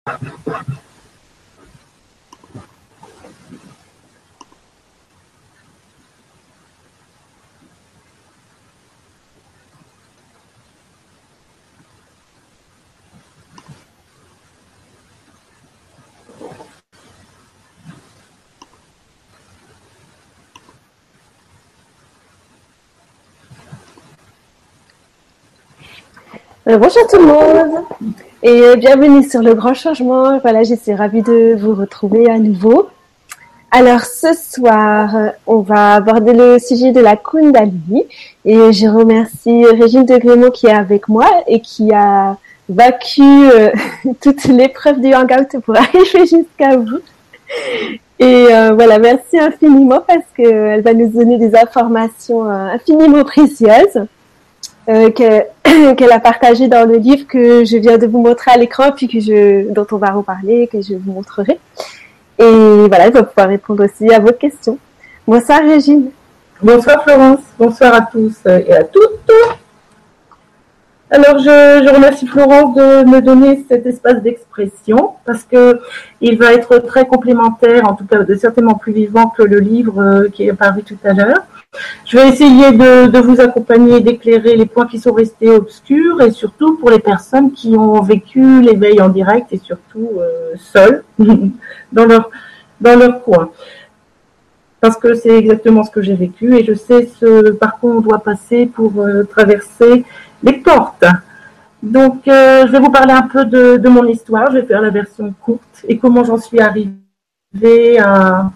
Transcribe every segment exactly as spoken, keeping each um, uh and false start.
Euh, bonjour tout le monde et euh, bienvenue sur le grand changement. Voilà, je suis ravie de vous retrouver à nouveau. Alors ce soir, euh, on va aborder le sujet de la Kundalini et je remercie Régine de Grémont qui est avec moi et qui a vaincu euh, toute l'épreuve du Hangout pour arriver jusqu'à vous. Et euh, voilà, merci infiniment parce qu'elle va nous donner des informations euh, infiniment précieuses. Euh, que, qu'elle a partagé dans le livre que je viens de vous montrer à l'écran, puis que je, dont on va reparler, que je vous montrerai. Et voilà, elle va pouvoir répondre aussi à vos questions. Bonsoir Régine. Bonsoir Florence, bonsoir à tous et à toutes. Alors je, je remercie Florence de me donner cet espace d'expression parce que il va être très complémentaire, en tout cas certainement plus vivant que le livre qui est paru tout à l'heure. Je vais essayer de, de vous accompagner, d'éclairer les points qui sont restés obscurs et surtout pour les personnes qui ont vécu l'éveil en direct et surtout euh, seules dans leur, dans leur coin. Parce que c'est exactement ce que j'ai vécu et je sais ce par quoi on doit passer pour euh, traverser les portes. Donc euh, je vais vous parler un peu de, de mon histoire, je vais faire la version courte et comment j'en suis arrivée à...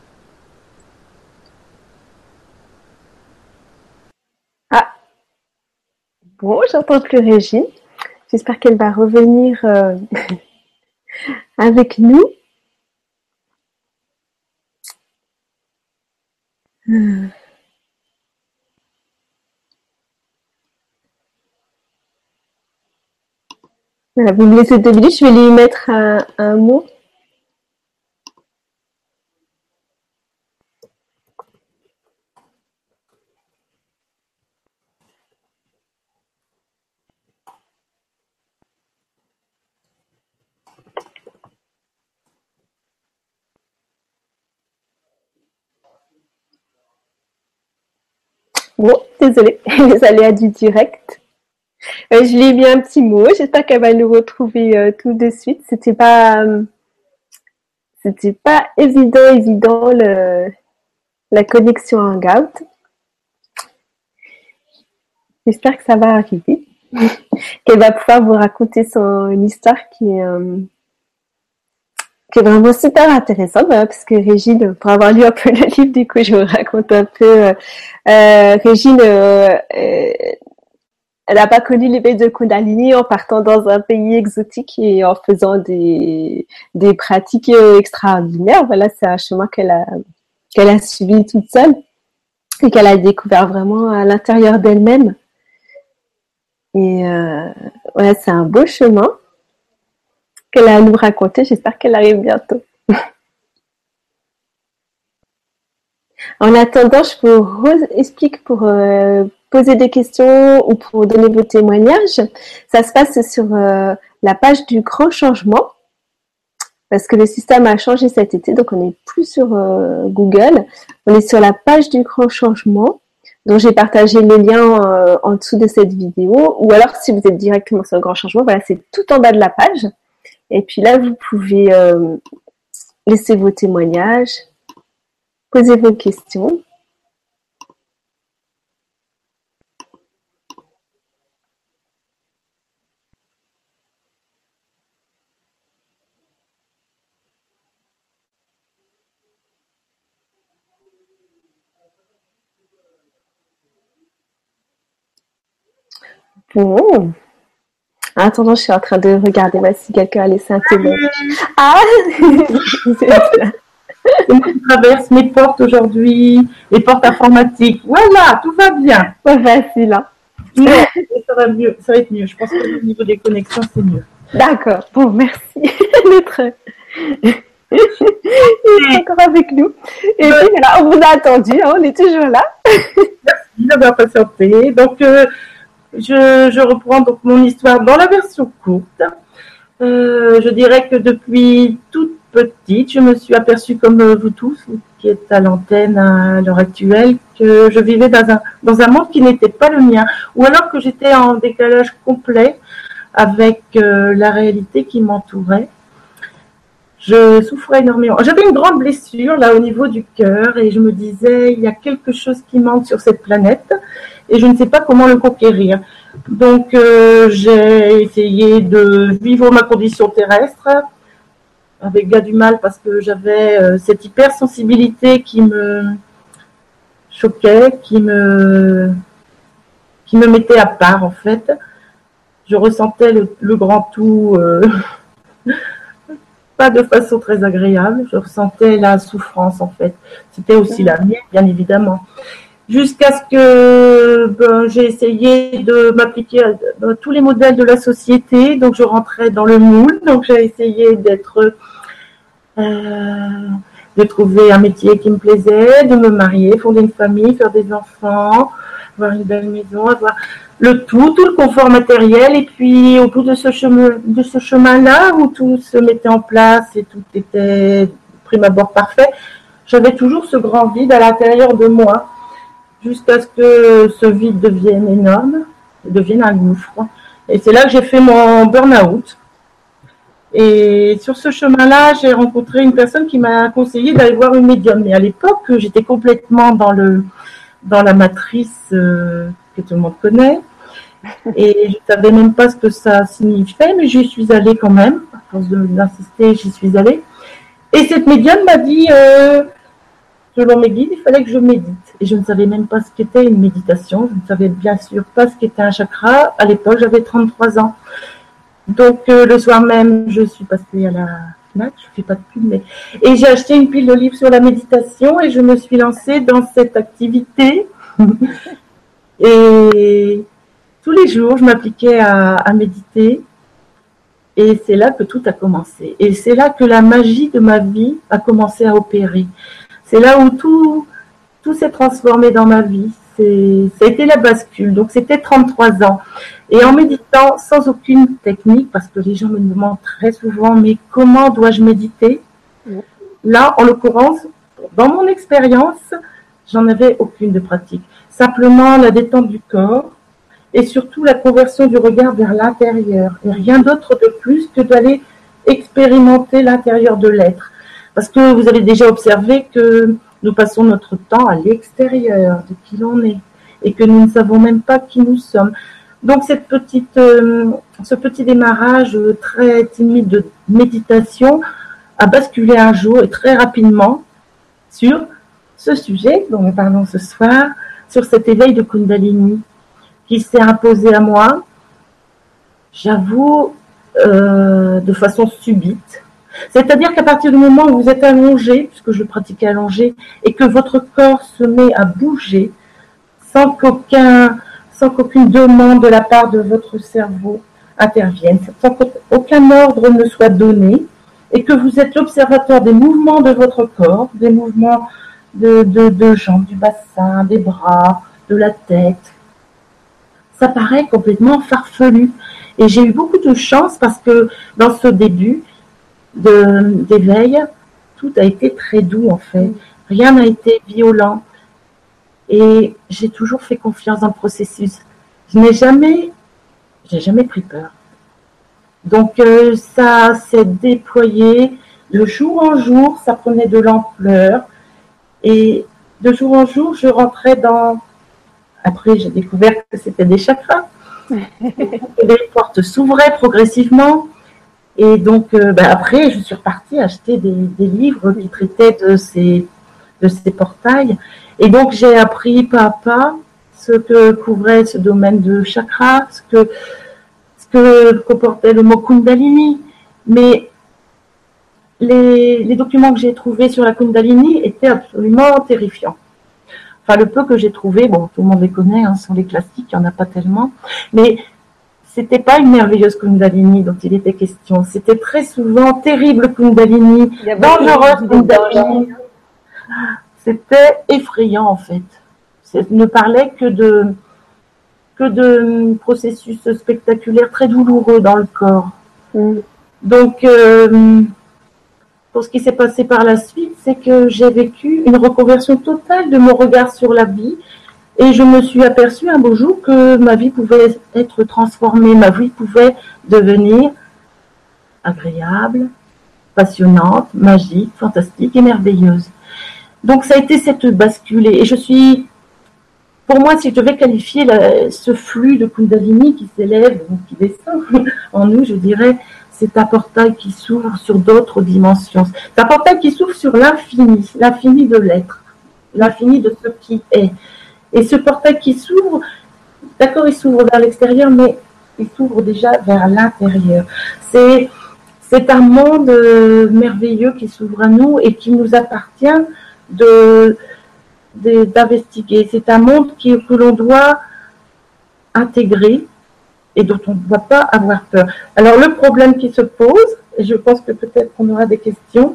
Ah, bon, j'entends plus Régine. J'espère qu'elle va revenir euh, avec nous. Hmm. Voilà, vous me laissez deux minutes, je vais lui mettre un, un mot. Bon, désolée, les aléas du direct. Euh, je lui ai mis un petit mot. J'espère qu'elle va nous retrouver euh, tout de suite. C'était pas, euh, c'était pas évident, évident le, la connexion Hangout. J'espère que ça va arriver. Qu'elle va pouvoir vous raconter son une histoire qui est, euh, qui est vraiment super intéressante, voilà, parce que Régine, pour avoir lu un peu le livre, du coup, je vous raconte un peu. Euh, euh, Régine. Euh, euh, Elle n'a pas connu l'éveil de Kundalini en partant dans un pays exotique et en faisant des, des pratiques extraordinaires. Voilà, c'est un chemin qu'elle a, qu'elle a suivi toute seule et qu'elle a découvert vraiment à l'intérieur d'elle-même. Et euh, ouais, c'est un beau chemin qu'elle a à nous raconter. J'espère qu'elle arrive bientôt. En attendant, je vous explique pour euh, poser des questions ou pour donner vos témoignages. Ça se passe sur euh, la page du Grand Changement parce que le système a changé cet été, donc on n'est plus sur euh, Google. On est sur la page du Grand Changement dont j'ai partagé le lien euh, en dessous de cette vidéo. Ou alors, si vous êtes directement sur le Grand Changement, voilà, c'est tout en bas de la page. Et puis là, vous pouvez euh, laisser vos témoignages. Posez vos questions. Bon. En attendant, je suis en train de regarder voir si quelqu'un a laissé un témoignage. Ah, Je traverse mes portes aujourd'hui, les portes informatiques. Voilà, tout va bien. Pas facile, hein. Non, ça va mieux, ça va être mieux. Je pense que au niveau des connexions, c'est mieux. D'accord. Bon, merci d'être encore avec nous. Et puis voilà, on vous a attendu, hein, on est toujours là. Merci d'avoir patienté. Donc, euh, je, je reprends donc mon histoire dans la version courte. euh, je dirais que depuis toute petite, je me suis aperçue, comme vous tous, vous qui êtes à l'antenne à l'heure actuelle, que je vivais dans un, dans un monde qui n'était pas le mien, ou alors que j'étais en décalage complet avec euh, la réalité qui m'entourait. Je souffrais énormément. J'avais une grande blessure là au niveau du cœur et je me disais, il y a quelque chose qui manque sur cette planète et je ne sais pas comment le conquérir. Donc euh, j'ai essayé de vivre ma condition terrestre avec bien du mal parce que j'avais euh, cette hypersensibilité qui me choquait, qui me, qui me mettait à part en fait. Je ressentais le, le grand tout... Euh, pas de façon très agréable, je ressentais la souffrance en fait. C'était aussi la mienne, bien évidemment. Jusqu'à ce que ben, j'ai essayé de m'appliquer à, à tous les modèles de la société, donc je rentrais dans le moule, donc j'ai essayé d'être, euh, de trouver un métier qui me plaisait, de me marier, fonder une famille, faire des enfants, avoir une belle maison, avoir le tout, tout le confort matériel. Et puis au bout de ce chemin, de ce chemin-là, où tout se mettait en place et tout était prime abord parfait, j'avais toujours ce grand vide à l'intérieur de moi, jusqu'à ce que ce vide devienne énorme, devienne un gouffre. Et c'est là que j'ai fait mon burn-out. Et sur ce chemin-là, j'ai rencontré une personne qui m'a conseillé d'aller voir une médium. Mais à l'époque, j'étais complètement dans le dans la matrice euh, que tout le monde connaît. Et je ne savais même pas ce que ça signifiait, mais j'y suis allée quand même. À force d'insister, j'y suis allée. Et cette médium m'a dit, euh, selon mes guides, il fallait que je médite. Et je ne savais même pas ce qu'était une méditation. Je ne savais bien sûr pas ce qu'était un chakra. À l'époque, j'avais trente-trois ans. Donc, euh, le soir même, je suis passée à la Fnac, je ne fais pas de pub, mais... Et j'ai acheté une pile de livres sur la méditation et je me suis lancée dans cette activité. Et tous les jours, je m'appliquais à, à méditer. Et c'est là que tout a commencé. Et c'est là que la magie de ma vie a commencé à opérer. C'est là où tout, tout s'est transformé dans ma vie. C'est, ça a été la bascule. Donc, c'était trente-trois ans. Et en méditant sans aucune technique, parce que les gens me demandent très souvent, mais comment dois-je méditer? Là, en l'occurrence, dans mon expérience, j'en avais aucune de pratique. Simplement la détente du corps et surtout la conversion du regard vers l'intérieur. Et rien d'autre de plus que d'aller expérimenter l'intérieur de l'être. Parce que vous avez déjà observé que nous passons notre temps à l'extérieur de qui l'on est et que nous ne savons même pas qui nous sommes. Donc cette petite, euh, ce petit démarrage très timide de méditation a basculé un jour et très rapidement sur ce sujet dont nous parlons ce soir, sur cet éveil de Kundalini qui s'est imposé à moi, j'avoue, euh, de façon subite. C'est-à-dire qu'à partir du moment où vous êtes allongé, puisque je pratiquais allongé, et que votre corps se met à bouger sans qu'aucun, sans qu'aucune demande de la part de votre cerveau intervienne, sans qu'aucun ordre ne soit donné, et que vous êtes l'observateur des mouvements de votre corps, des mouvements de, de, de jambes, du bassin, des bras, de la tête, ça paraît complètement farfelu. Et j'ai eu beaucoup de chance parce que dans ce début de, d'éveil, tout a été très doux en fait. Rien n'a été violent. Et j'ai toujours fait confiance dans le processus. Je n'ai jamais, j'ai jamais pris peur. Donc euh, ça s'est déployé de jour en jour, ça prenait de l'ampleur. Et de jour en jour, je rentrais dans... Après, j'ai découvert que c'était des chakras. Les portes s'ouvraient progressivement. Et donc, euh, ben après, je suis repartie acheter des, des livres qui traitaient de ces, de ces portails. Et donc, j'ai appris pas à pas ce que couvrait ce domaine de chakras, ce que, ce que comportait le mot Kundalini. Mais les, les documents que j'ai trouvés sur la Kundalini étaient absolument terrifiants. Enfin, le peu que j'ai trouvé, bon, tout le monde les connaît, hein, sont les classiques, il n'y en a pas tellement, mais c'était pas une merveilleuse Kundalini dont il était question. C'était très souvent terrible Kundalini, dangereuse Kundalini. C'était effrayant, en fait. Ça ne parlait que de, que de processus spectaculaires très douloureux dans le corps. Mm. Donc, euh, pour ce qui s'est passé par la suite, c'est que j'ai vécu une reconversion totale de mon regard sur la vie. Et je me suis aperçue un beau jour que ma vie pouvait être transformée, ma vie pouvait devenir agréable, passionnante, magique, fantastique et merveilleuse. Donc ça a été cette bascule. Et je suis, pour moi, si je devais qualifier la, ce flux de Kundalini qui s'élève ou qui descend en nous, je dirais, c'est un portail qui s'ouvre sur d'autres dimensions. C'est un portail qui s'ouvre sur l'infini, l'infini de l'être, l'infini de ce qui est. Et ce portail qui s'ouvre, d'accord, il s'ouvre vers l'extérieur, mais il s'ouvre déjà vers l'intérieur. C'est, c'est un monde euh, merveilleux qui s'ouvre à nous et qui nous appartient de, de, d'investiguer. C'est un monde qui, que l'on doit intégrer et dont on ne doit pas avoir peur. Alors le problème qui se pose, et je pense que peut-être qu'on aura des questions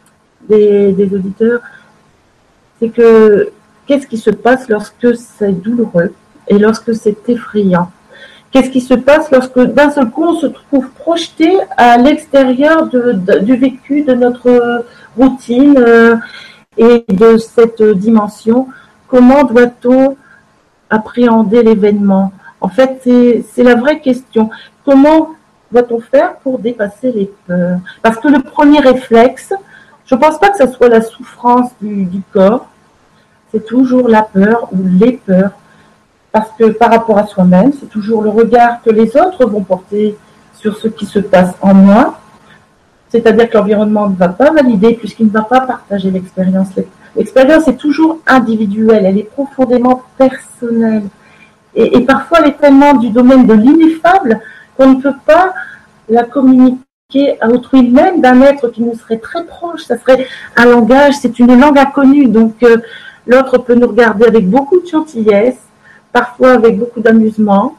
des, des auditeurs, c'est que qu'est-ce qui se passe lorsque c'est douloureux et lorsque c'est effrayant? Qu'est-ce qui se passe lorsque d'un seul coup on se trouve projeté à l'extérieur de, de, du vécu, de notre routine euh, et de cette dimension? Comment doit-on appréhender l'événement? En fait, c'est, c'est la vraie question. Comment doit-on faire pour dépasser les peurs? Parce que le premier réflexe, je ne pense pas que ce soit la souffrance du, du corps, c'est toujours la peur ou les peurs. Parce que par rapport à soi-même, c'est toujours le regard que les autres vont porter sur ce qui se passe en moi. C'est-à-dire que l'environnement ne va pas valider puisqu'il ne va pas partager l'expérience. L'expérience est toujours individuelle, elle est profondément personnelle. Et, et parfois, elle est tellement du domaine de l'ineffable qu'on ne peut pas la communiquer à autrui, même d'un être qui nous serait très proche. Ça serait un langage, c'est une langue inconnue. Donc, euh, l'autre peut nous regarder avec beaucoup de gentillesse, parfois avec beaucoup d'amusement,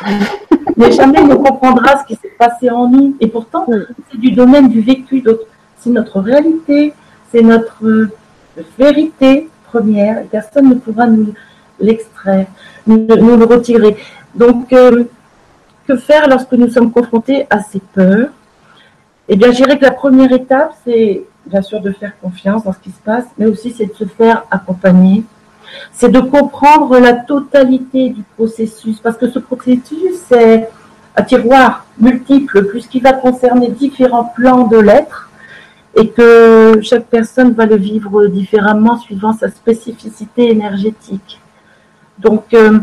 mais jamais ne comprendra ce qui s'est passé en nous. Et pourtant, c'est du domaine du vécu. Donc, c'est notre réalité, c'est notre euh, vérité première. Et personne ne pourra nous l'extraire, nous, nous le retirer. Donc, euh, que faire lorsque nous sommes confrontés à ces peurs? Eh bien, je dirais que la première étape, c'est bien sûr de faire confiance dans ce qui se passe, mais aussi c'est de se faire accompagner. C'est de comprendre la totalité du processus, parce que ce processus, c'est un tiroir multiple, puisqu'il va concerner différents plans de l'être, et que chaque personne va le vivre différemment suivant sa spécificité énergétique. Donc, euh,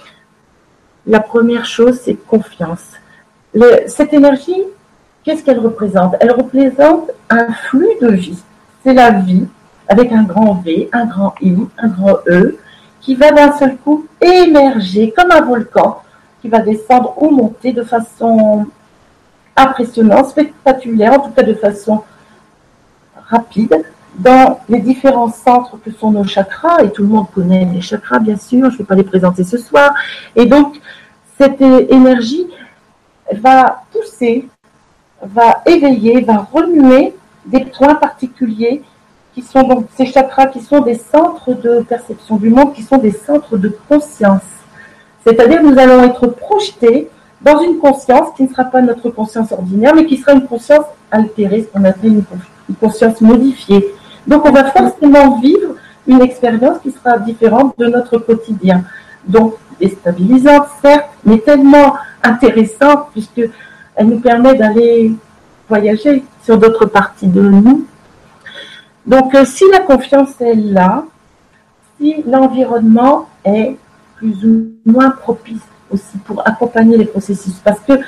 la première chose, c'est confiance. Le, cette énergie, qu'est-ce qu'elle représente? Elle représente un flux de vie. C'est la vie, avec un grand V, un grand I, un grand E, qui va d'un seul coup émerger comme un volcan, qui va descendre ou monter de façon impressionnante, spectaculaire, en tout cas de façon rapide, dans les différents centres que sont nos chakras, et tout le monde connaît les chakras, bien sûr, je ne vais pas les présenter ce soir. Et donc, cette énergie va pousser, va éveiller, va remuer des points particuliers qui sont donc ces chakras qui sont des centres de perception du monde, qui sont des centres de conscience. C'est-à-dire que nous allons être projetés dans une conscience qui ne sera pas notre conscience ordinaire, mais qui sera une conscience altérée, ce qu'on appelle une, une conscience modifiée. Donc on va forcément vivre une expérience qui sera différente de notre quotidien. Donc déstabilisante, certes, mais tellement intéressante, puisqu'elle nous permet d'aller voyager sur d'autres parties de nous. Donc, euh, si la confiance est là, si l'environnement est plus ou moins propice aussi pour accompagner les processus, parce que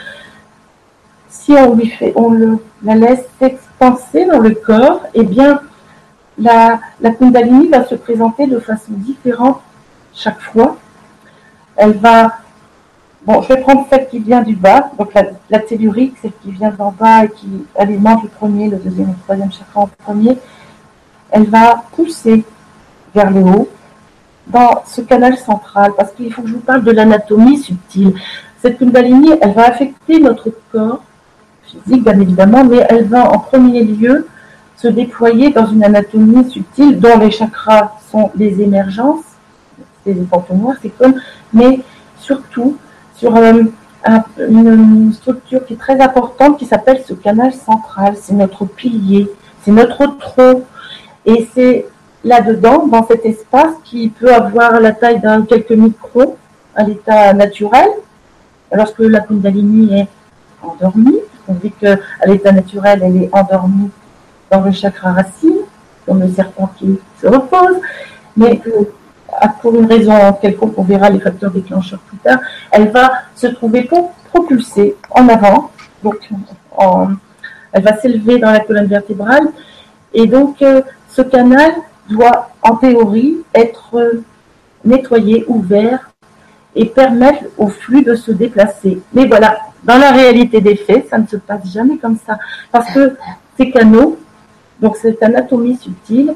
si on lui fait, on le, la laisse s'expanser dans le corps, eh bien, la, la Kundalini va se présenter de façon différente chaque fois. Elle va, bon, je vais prendre celle qui vient du bas, donc la, la tellurique, celle qui vient d'en bas et qui alimente le premier, le deuxième et le troisième chakra en premier. Elle va pousser vers le haut dans ce canal central, parce qu'il faut que je vous parle de l'anatomie subtile. Cette Kundalini, elle va affecter notre corps physique, bien évidemment, mais elle va en premier lieu se déployer dans une anatomie subtile dont les chakras sont les émergences, c'est les entonnoirs, c'est comme, mais surtout sur euh, un, une structure qui est très importante qui s'appelle ce canal central. C'est notre pilier, c'est notre tronc. Et c'est là-dedans, dans cet espace, qui peut avoir la taille d'un quelques microns à l'état naturel, lorsque la Kundalini est endormie. On dit qu'à l'état naturel, elle est endormie dans le chakra racine, comme le serpent qui se repose, mais que, pour une raison quelconque, on verra les facteurs déclencheurs plus tard, elle va se trouver propulsée en avant, donc en, elle va s'élever dans la colonne vertébrale, et donc euh, ce canal doit en théorie être nettoyé, ouvert, et permettre au flux de se déplacer. Mais voilà, dans la réalité des faits, ça ne se passe jamais comme ça, parce que ces canaux, donc cette anatomie subtile,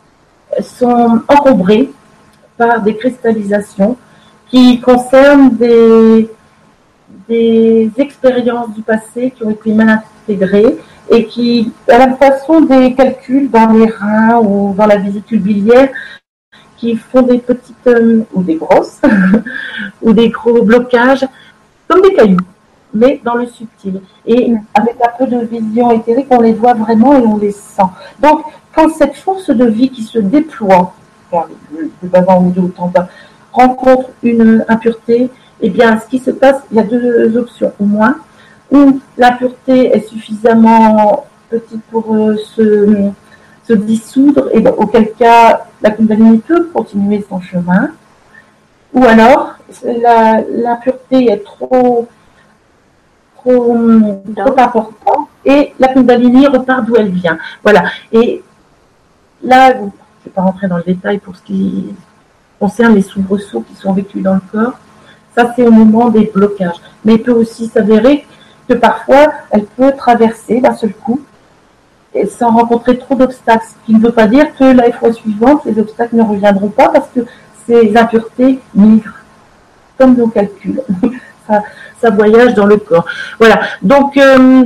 sont encombrés par des cristallisations qui concernent des, des expériences du passé qui ont été mal intégrées et qui, à la façon des calculs dans les reins ou dans la vésicule biliaire, qui font des petites, euh, ou des grosses, ou des gros blocages, comme des cailloux, mais dans le subtil. Et avec un peu de vision éthérique, on les voit vraiment et on les sent. Donc, quand cette force de vie qui se déploie, de bas en haut, de haut en bas, rencontre une impureté, eh bien, ce qui se passe, il y a deux options, au moins, où l'impureté est suffisamment petite pour euh, se, se dissoudre, et donc, auquel cas, la Kundalini peut continuer son chemin, ou alors, la, l'impureté est trop, trop, trop importante, et la Kundalini repart d'où elle vient. Voilà. Et là, je ne vais pas rentrer dans le détail pour ce qui concerne les soubresauts qui sont vécus dans le corps. Ça, c'est au moment des blocages. Mais il peut aussi s'avérer que parfois, elle peut traverser d'un seul coup et sans rencontrer trop d'obstacles. Ce qui ne veut pas dire que la fois suivante, les obstacles ne reviendront pas parce que ces impuretés migrent, comme nos calculs. ça, ça voyage dans le corps. Voilà. Donc, euh,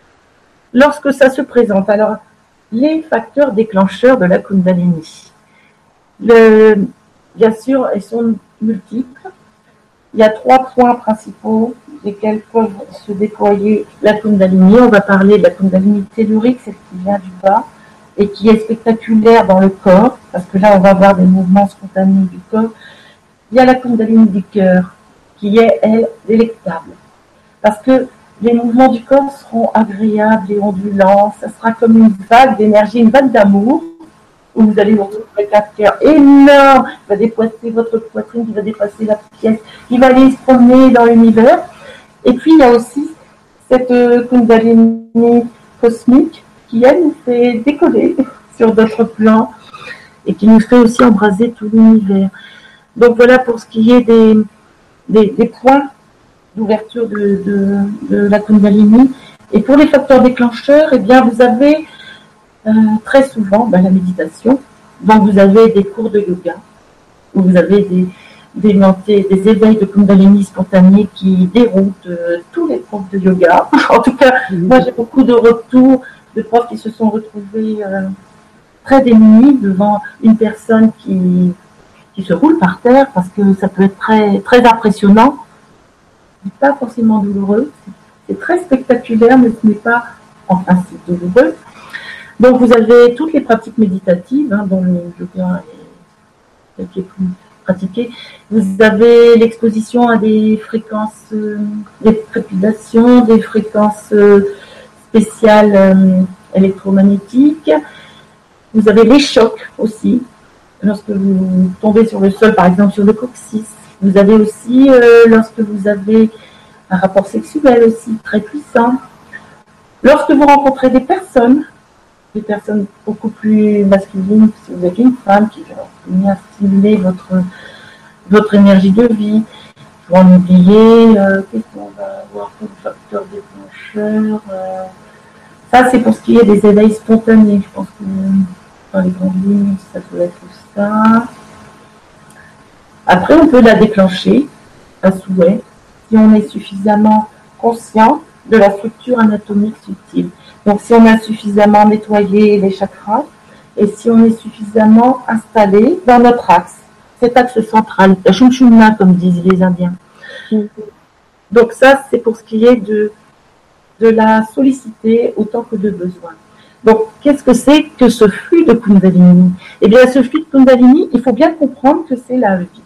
lorsque ça se présente, alors, les facteurs déclencheurs de la Kundalini. Le, bien sûr, elles sont multiples. Il y a trois points principaux desquels peuvent se déployer la Kundalini. On va parler de la Kundalini tellurique, celle qui vient du bas et qui est spectaculaire dans le corps, parce que là, on va voir des mouvements spontanés du corps. Il y a la Kundalini du cœur, qui est, elle, délectable. Parce que les mouvements du corps seront agréables et ondulants. Ça sera comme une vague d'énergie, une vague d'amour, où vous allez vous retrouver avec un cœur énorme, qui va dépasser votre poitrine, qui va dépasser la pièce, qui va aller se promener dans l'univers. Et puis, il y a aussi cette Kundalini cosmique qui, elle, nous fait décoller sur d'autres plans et qui nous fait aussi embraser tout l'univers. Donc, voilà pour ce qui est des, des, des points d'ouverture de, de, de la Kundalini. Et pour les facteurs déclencheurs, eh bien, vous avez euh, très souvent ben, la méditation. Donc, vous avez des cours de yoga, où vous avez des, des montées, des éveils de Kundalini spontanés qui déroutent euh, tous les profs de yoga. En tout cas, mmh. moi, j'ai beaucoup de retours de profs qui se sont retrouvés euh, très démunis devant une personne qui, qui se roule par terre, parce que ça peut être très, très impressionnant. Pas forcément douloureux, c'est très spectaculaire, mais ce n'est pas en principe douloureux. Donc vous avez toutes les pratiques méditatives, hein, dont le yoga est, qui est plus pratiqué. Vous avez l'exposition à des fréquences, euh, des trépidations, des fréquences euh, spéciales euh, électromagnétiques. Vous avez les chocs aussi, lorsque vous tombez sur le sol, par exemple sur le coccyx. Vous avez aussi, euh, lorsque vous avez un rapport sexuel aussi très puissant, lorsque vous rencontrez des personnes, des personnes beaucoup plus masculines, si vous êtes une femme qui va venir stimuler votre, votre énergie de vie, pour en oublier, euh, qu'est-ce qu'on va avoir comme facteur déclencheur euh, ça, c'est pour ce qui est des éveils spontanés. Je pense que dans les grandes lignes, ça doit être ça. Après, on peut la déclencher à souhait si on est suffisamment conscient de la structure anatomique subtile. Donc, si on a suffisamment nettoyé les chakras et si on est suffisamment installé dans notre axe, cet axe central, la Shumshumna, comme disent les Indiens. Mm. Donc ça, c'est pour ce qui est de, de la solliciter autant que de besoin. Donc, qu'est-ce que c'est que ce flux de Kundalini? Eh bien, ce flux de Kundalini, il faut bien comprendre que c'est la vie.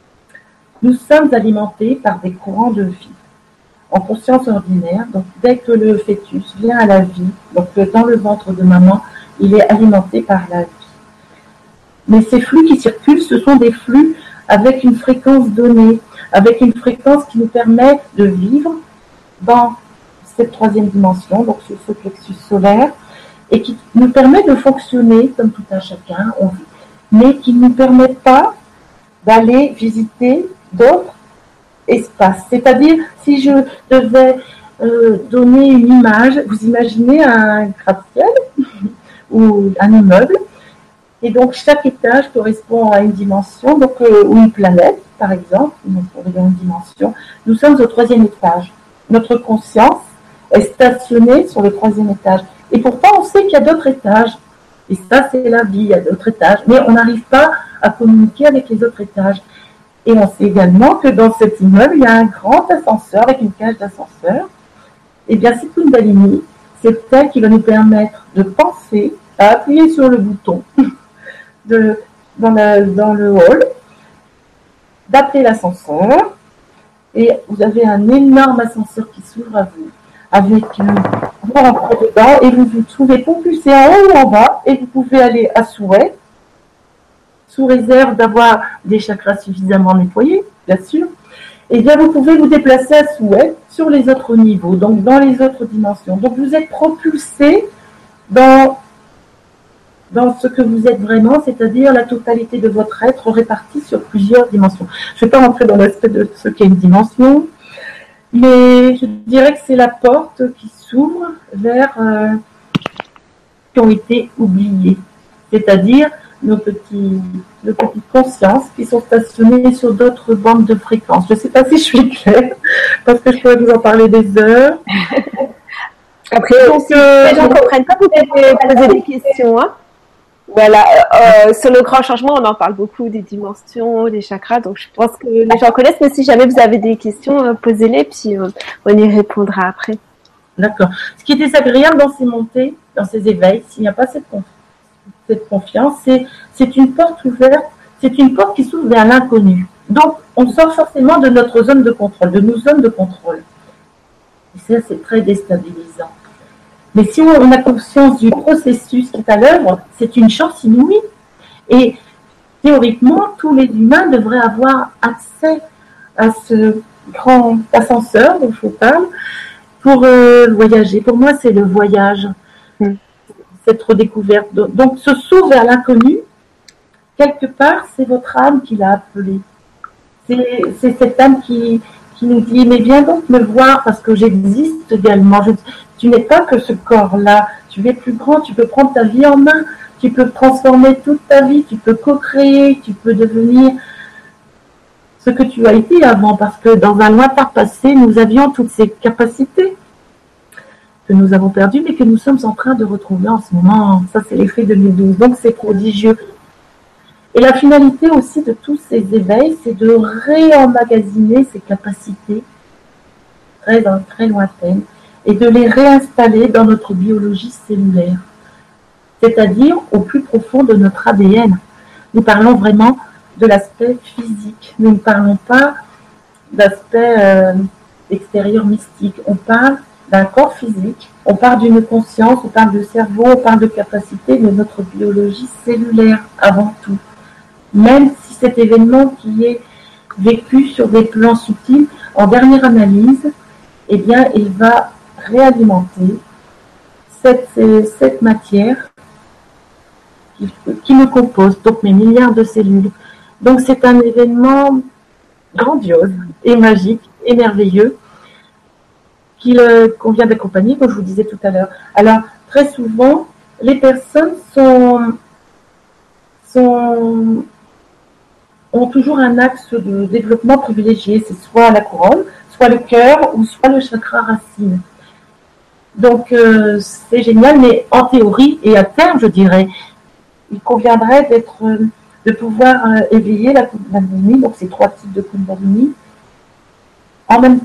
Nous sommes alimentés par des courants de vie en conscience ordinaire. Donc, dès que le fœtus vient à la vie, donc dans le ventre de maman, il est alimenté par la vie. Mais ces flux qui circulent, ce sont des flux avec une fréquence donnée, avec une fréquence qui nous permet de vivre dans cette troisième dimension, donc sur ce plexus solaire, et qui nous permet de fonctionner comme tout un chacun, on vit, mais qui ne nous permet pas d'aller visiter d'autres espaces. C'est-à-dire, si je devais euh, donner une image, vous imaginez un gratte-ciel ou un immeuble, et donc chaque étage correspond à une dimension, donc, euh, ou une planète, par exemple, une dimension. Nous sommes au troisième étage. Notre conscience est stationnée sur le troisième étage. Et pourtant, on sait qu'il y a d'autres étages. Et ça, c'est la vie, il y a d'autres étages. Mais on n'arrive pas à communiquer avec les autres étages. Et on sait également que dans cet immeuble, il y a un grand ascenseur avec une cage d'ascenseur. Et bien, c'est Kundalini, c'est elle qui va nous permettre de penser à appuyer sur le bouton de, dans, la, dans le hall, d'appeler l'ascenseur. Et vous avez un énorme ascenseur qui s'ouvre à vous, avec euh, vous rentrez dedans et vous vous trouvez propulsé en haut ou en bas et vous pouvez aller à souhait, sous réserve d'avoir des chakras suffisamment nettoyés, bien sûr. Et bien vous pouvez vous déplacer à souhait sur les autres niveaux, donc dans les autres dimensions. Donc vous êtes propulsé dans, dans ce que vous êtes vraiment, c'est-à-dire la totalité de votre être répartie sur plusieurs dimensions. Je ne vais pas rentrer dans l'aspect de ce qu'est une dimension, mais je dirais que c'est la porte qui s'ouvre vers euh, qui ont été oubliés, c'est-à-dire nos, petits, nos petites consciences qui sont stationnées sur d'autres bandes de fréquences. Je ne sais pas si je suis claire, parce que je pourrais vous en parler des heures. Après, donc, si euh, les gens ne comprennent pas, vous pouvez poser des questions. Hein. Voilà, euh, sur le grand changement, on en parle beaucoup des dimensions, des chakras, donc je pense que les gens connaissent, mais si jamais vous avez des questions, euh, posez-les, puis euh, on y répondra après. D'accord. Ce qui est désagréable dans ces montées, dans ces éveils, s'il n'y a pas cette, conf cette confiance, c'est, c'est une porte ouverte, c'est une porte qui s'ouvre vers l'inconnu. Donc, on sort forcément de notre zone de contrôle, de nos zones de contrôle. Et ça, c'est très déstabilisant. Mais si on a conscience du processus qui est à l'œuvre, c'est une chance inouïe. Et théoriquement, tous les humains devraient avoir accès à ce grand ascenseur dont je vous parle pour euh, voyager. Pour moi, c'est le voyage, mmh. cette redécouverte. Donc, ce saut vers l'inconnu, quelque part, c'est votre âme qui l'a appelé. C'est, c'est cette âme qui, qui nous dit, mais viens donc me voir parce que j'existe également. Je, tu n'es pas que ce corps-là. Tu es plus grand, tu peux prendre ta vie en main, tu peux transformer toute ta vie, tu peux co-créer, tu peux devenir ce que tu as été avant, parce que dans un lointain passé, nous avions toutes ces capacités que nous avons perdues, mais que nous sommes en train de retrouver en ce moment. Ça, c'est l'effet deux mille douze, donc c'est prodigieux. Et la finalité aussi de tous ces éveils, c'est de réemmagasiner ces capacités très, très lointaines et de les réinstaller dans notre biologie cellulaire, c'est-à-dire au plus profond de notre A D N. Nous parlons vraiment de l'aspect physique, nous ne parlons pas d'aspect euh, extérieur mystique, on parle d'un corps physique, on parle d'une conscience, on parle de cerveau, on parle de capacité de notre biologie cellulaire avant tout. Même si cet événement qui est vécu sur des plans subtils, en dernière analyse, eh bien, il va réalimenter cette, cette matière qui, qui me compose, donc mes milliards de cellules. Donc c'est un événement grandiose et magique et merveilleux qu'il euh, qu'on vient d'accompagner, comme je vous disais tout à l'heure. Alors, très souvent, les personnes sont, sont, ont toujours un axe de développement privilégié. C'est soit la couronne, soit le cœur, ou soit le chakra racine. Donc, euh, c'est génial, mais en théorie et à terme, je dirais, il conviendrait d'être, de pouvoir euh, éveiller la Kundalini, donc ces trois types de Kundalini, en même temps.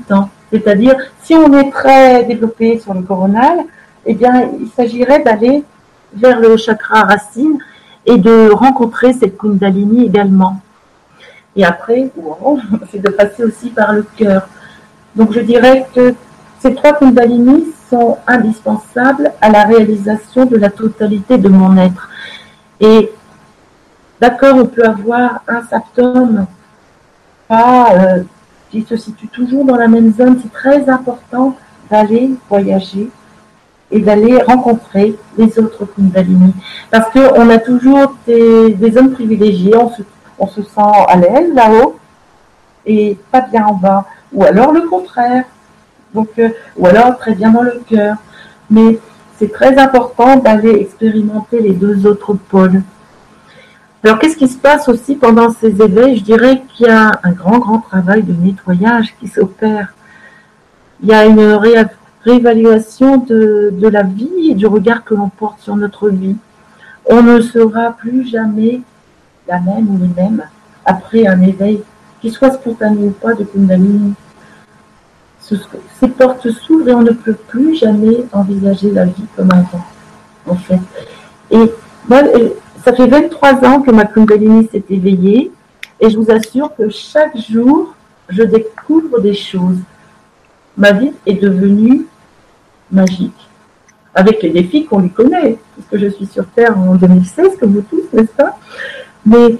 C'est-à-dire, si on est très développé sur le coronal, eh bien, il s'agirait d'aller vers le chakra racine et de rencontrer cette Kundalini également. Et après, wow, c'est de passer aussi par le cœur. Donc, je dirais que ces trois Kundalini sont indispensables à la réalisation de la totalité de mon être. Et d'accord, on peut avoir un symptôme pas, euh, qui se situe toujours dans la même zone. C'est très important d'aller voyager et d'aller rencontrer les autres Kundalini. Parce qu'on a toujours des, des zones privilégiées, on se, on se sent à l'aise là-haut et pas bien en bas. Ou alors le contraire. Donc, euh, ou alors très bien dans le cœur. Mais c'est très important d'aller expérimenter les deux autres pôles. Alors, qu'est-ce qui se passe aussi pendant ces éveils? Je dirais qu'il y a un grand, grand travail de nettoyage qui s'opère. Il y a une ré- réévaluation de, de la vie et du regard que l'on porte sur notre vie. On ne sera plus jamais la même ou les mêmes après un éveil, qu'il soit spontané ou pas, de Kundalini. Ces portes s'ouvrent et on ne peut plus jamais envisager la vie comme avant, en fait. Et moi, ça fait vingt-trois ans que ma Kundalini s'est éveillée et je vous assure que chaque jour, je découvre des choses. Ma vie est devenue magique, avec les défis qu'on lui connaît, puisque je suis sur Terre en deux mille seize, comme vous tous, n'est-ce pas? Mais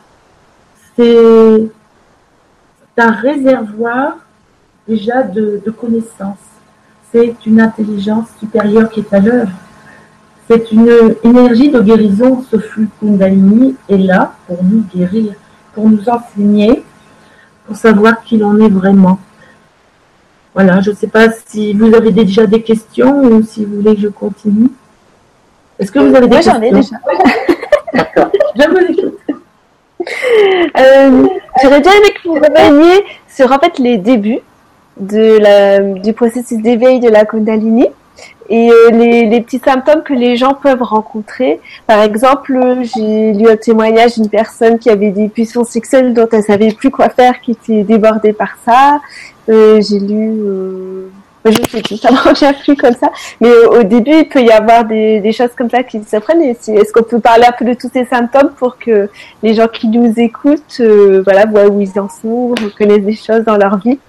c'est un réservoir déjà de, de connaissances. C'est une intelligence supérieure qui est à l'œuvre. C'est une énergie de guérison. Ce flux Kundalini est là pour nous guérir, pour nous enseigner, pour savoir qui l'on est vraiment. Voilà, je ne sais pas si vous avez déjà des questions ou si vous voulez que je continue. Est-ce que vous avez des Moi, questions? j'en ai déjà. D'accord, je vous écoute. Euh, J'aurais bien aimé que vous reveniez sur en fait les débuts de la, du processus d'éveil de la Kundalini et euh, les, les petits symptômes que les gens peuvent rencontrer. Par exemple, j'ai lu un témoignage d'une personne qui avait des pulsions sexuelles dont elle savait plus quoi faire, qui était débordée par ça. Euh, j'ai lu, euh, je sais plus, ça ne revient plus comme ça. Mais au, au début, il peut y avoir des, des choses comme ça qui se prennent. Et si, est-ce qu'on peut parler un peu de tous ces symptômes pour que les gens qui nous écoutent, euh, voilà, voient où ils en sont, connaissent des choses dans leur vie?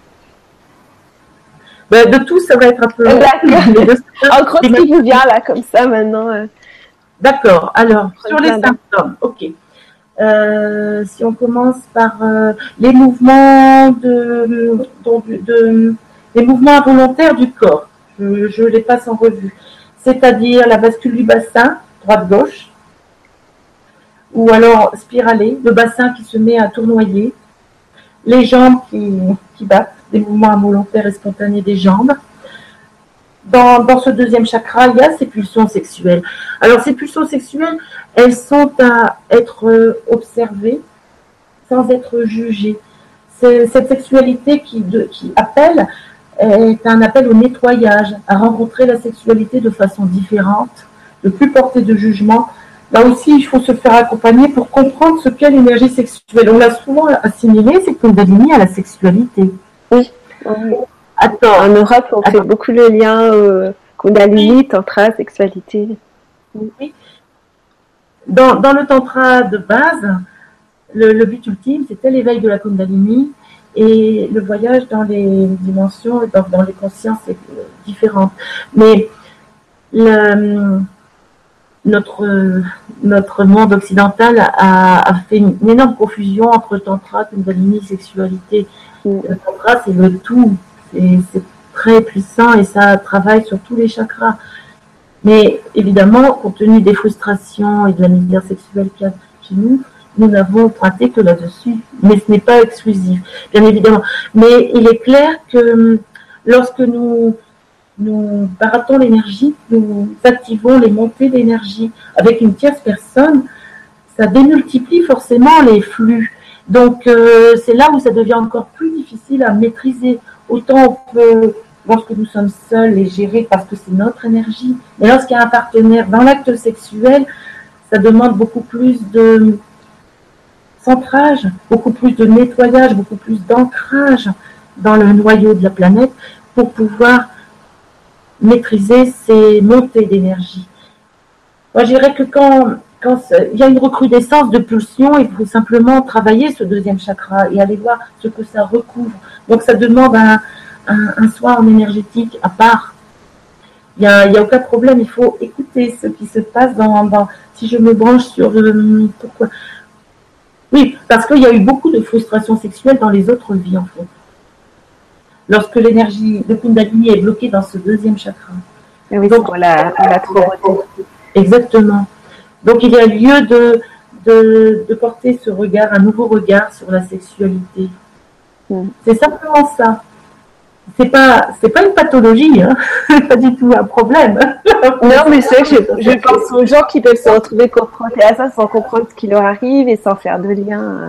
Ben, de tout, ça va être un peu... En gros, ce qui vous vient là, comme ça, maintenant. Euh... D'accord. Alors, sur les symptômes, ok. Euh, si on commence par euh, les mouvements de, de, de, les mouvements involontaires du corps, je, je les passe en revue. C'est-à-dire la bascule du bassin, droite-gauche, ou alors spiralé, le bassin qui se met à tournoyer, les jambes qui, qui battent, des mouvements involontaires et spontanés des jambes. Dans, dans ce deuxième chakra, il y a ces pulsions sexuelles. Alors, ces pulsions sexuelles, elles sont à être observées sans être jugées. C'est, cette sexualité qui, de, qui appelle est un appel au nettoyage, à rencontrer la sexualité de façon différente, de plus porter de jugement. Là aussi, il faut se faire accompagner pour comprendre ce qu'est l'énergie sexuelle. On l'a souvent assimilé, c'est Kundalini, à la sexualité. Oui. Attends, en Europe, on Attends. fait beaucoup le lien euh, Kundalini, oui. Tantra, sexualité. Oui. Dans, dans le Tantra de base, le, le but ultime, c'était l'éveil de la Kundalini et le voyage dans les dimensions, dans, dans les consciences différentes. Mais le, notre, notre monde occidental a, a fait une, une énorme confusion entre Tantra, Kundalini, sexualité. Mm. Le Tantra, c'est le tout. C'est, c'est très puissant et ça travaille sur tous les chakras. Mais évidemment, compte tenu des frustrations et de la misère sexuelle qu'il y a chez nous, nous n'avons pointé que là-dessus. Mais ce n'est pas exclusif, bien évidemment. Mais il est clair que lorsque nous, nous baratons l'énergie, nous activons les montées d'énergie avec une tierce personne, ça démultiplie forcément les flux. Donc, euh, c'est là où ça devient encore plus difficile à maîtriser. Autant on peut, lorsque nous sommes seuls, les gérer parce que c'est notre énergie. Mais lorsqu'il y a un partenaire dans l'acte sexuel, ça demande beaucoup plus de centrage, beaucoup plus de nettoyage, beaucoup plus d'ancrage. dans le noyau de la planète pour pouvoir maîtriser ces montées d'énergie. Moi, je dirais que quand, quand il y a une recrudescence de pulsions, il faut simplement travailler ce deuxième chakra et aller voir ce que ça recouvre. Donc, ça demande un, un, un soin en énergétique à part. Il n'y a, a aucun problème, il faut écouter ce qui se passe dans... dans si je me branche sur... Le, pourquoi Oui, parce qu'il y a eu beaucoup de frustration sexuelle dans les autres vies, en fait. Lorsque l'énergie de Kundalini est bloquée dans ce deuxième chakra. Et oui, donc on l'a trop retenue. Exactement. Donc il y a lieu de, de, de porter ce regard, un nouveau regard sur la sexualité. Mm. C'est simplement ça. C'est pas, c'est pas une pathologie, hein. C'est pas du tout un problème. Non, mais c'est vrai que je, je pense aux gens qui peuvent se retrouver confrontés à ça sans comprendre ce qui leur arrive et sans faire de lien.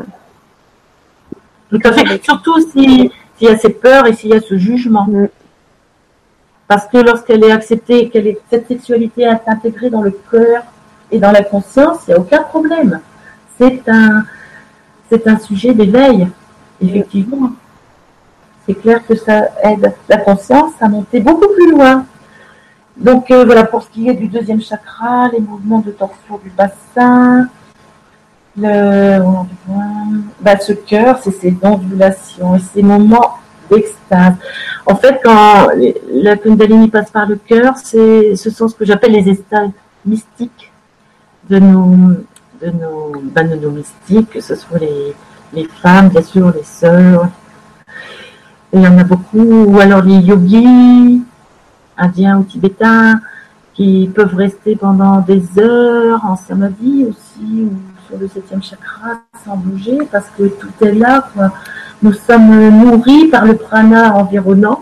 Tout à fait. Surtout si, s'il y a cette peur et s'il y a ce jugement. Mm. Parce que lorsqu'elle est acceptée, qu'elle est, cette sexualité est intégrée dans le cœur et dans la conscience, il n'y a aucun problème. C'est un, c'est un sujet d'éveil, effectivement. C'est clair que ça aide la conscience à monter beaucoup plus loin. Donc euh, voilà, pour ce qui est du deuxième chakra, les mouvements de torsion du bassin, le, bah, ce cœur, c'est ces ondulations et ces moments d'extase. En fait, quand la Kundalini passe par le cœur, c'est, ce sont ce que j'appelle les états mystiques de nos, de nos, bah, de nos mystiques, que ce soit les, les femmes, bien sûr, les sœurs. Et il y en a beaucoup, ou alors les yogis, indiens ou tibétains, qui peuvent rester pendant des heures en samadhi aussi, ou sur le septième chakra, sans bouger, parce que tout est là, quoi. Nous sommes nourris par le prana environnant.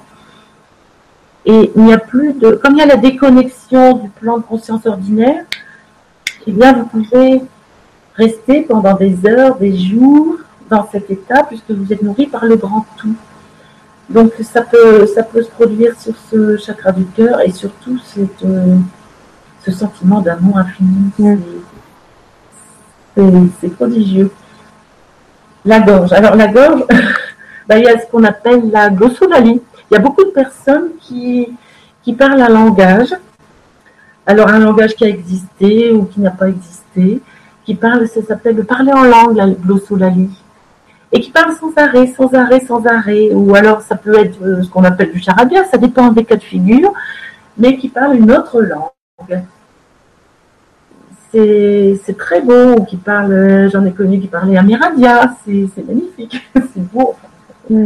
Et il n'y a plus de... Comme il y a la déconnexion du plan de conscience ordinaire, eh bien, vous pouvez rester pendant des heures, des jours dans cet état, puisque vous êtes nourris par le grand tout. Donc, ça peut, ça peut se produire sur ce chakra du cœur et surtout cette, euh, ce sentiment d'amour infini. C'est, c'est, c'est prodigieux. La gorge. Alors, la gorge, ben, il y a ce qu'on appelle la glossolalie. Il y a beaucoup de personnes qui, qui parlent un langage. Alors, un langage qui a existé ou qui n'a pas existé, qui parle, ça s'appelle le parler en langue, la glossolalie. Et qui parle sans arrêt, sans arrêt, sans arrêt. Ou alors, ça peut être ce qu'on appelle du charabia, ça dépend des cas de figure, mais qui parle une autre langue. C'est, c'est très beau, qui parle, j'en ai connu qui parlaient amérindia, c'est, c'est magnifique, c'est beau. Mm.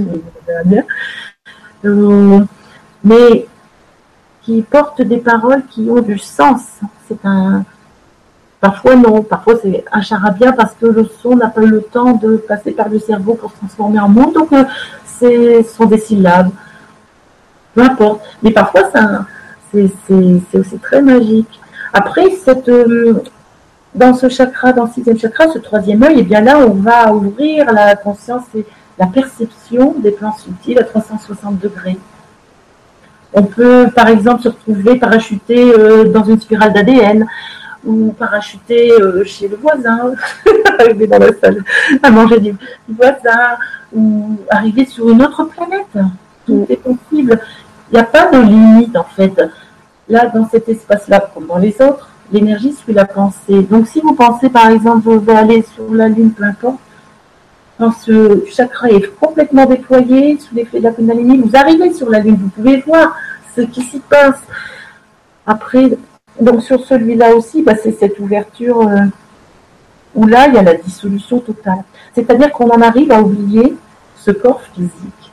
Euh, mais qui portent des paroles qui ont du sens. C'est un... Parfois non, parfois c'est un charabia parce que le son n'a pas eu le temps de passer par le cerveau pour se transformer en mots, donc euh, c'est, ce sont des syllabes, peu importe. Mais parfois ça, c'est, c'est, c'est aussi très magique. Après, cette, euh, dans ce chakra, dans le sixième chakra, ce troisième œil, et bien là on va ouvrir la conscience et la perception des plans subtils à trois cent soixante degrés. On peut par exemple se retrouver parachuté euh, dans une spirale d'A D N, ou parachuter euh, chez le voisin, arriver dans la salle à manger du voisin, ou arriver sur une autre planète. Tout est possible. Il n'y a pas de limite, en fait. Là, dans cet espace-là, comme dans les autres, l'énergie suit la pensée. Donc, si vous pensez, par exemple, je vais aller sur la Lune, peu importe, quand ce chakra est complètement déployé, sous l'effet de la Kundalini, vous arrivez sur la Lune, vous pouvez voir ce qui s'y passe. Après... Donc sur celui-là aussi, bah, c'est cette ouverture euh, où là, il y a la dissolution totale. C'est-à-dire qu'on en arrive à oublier ce corps physique.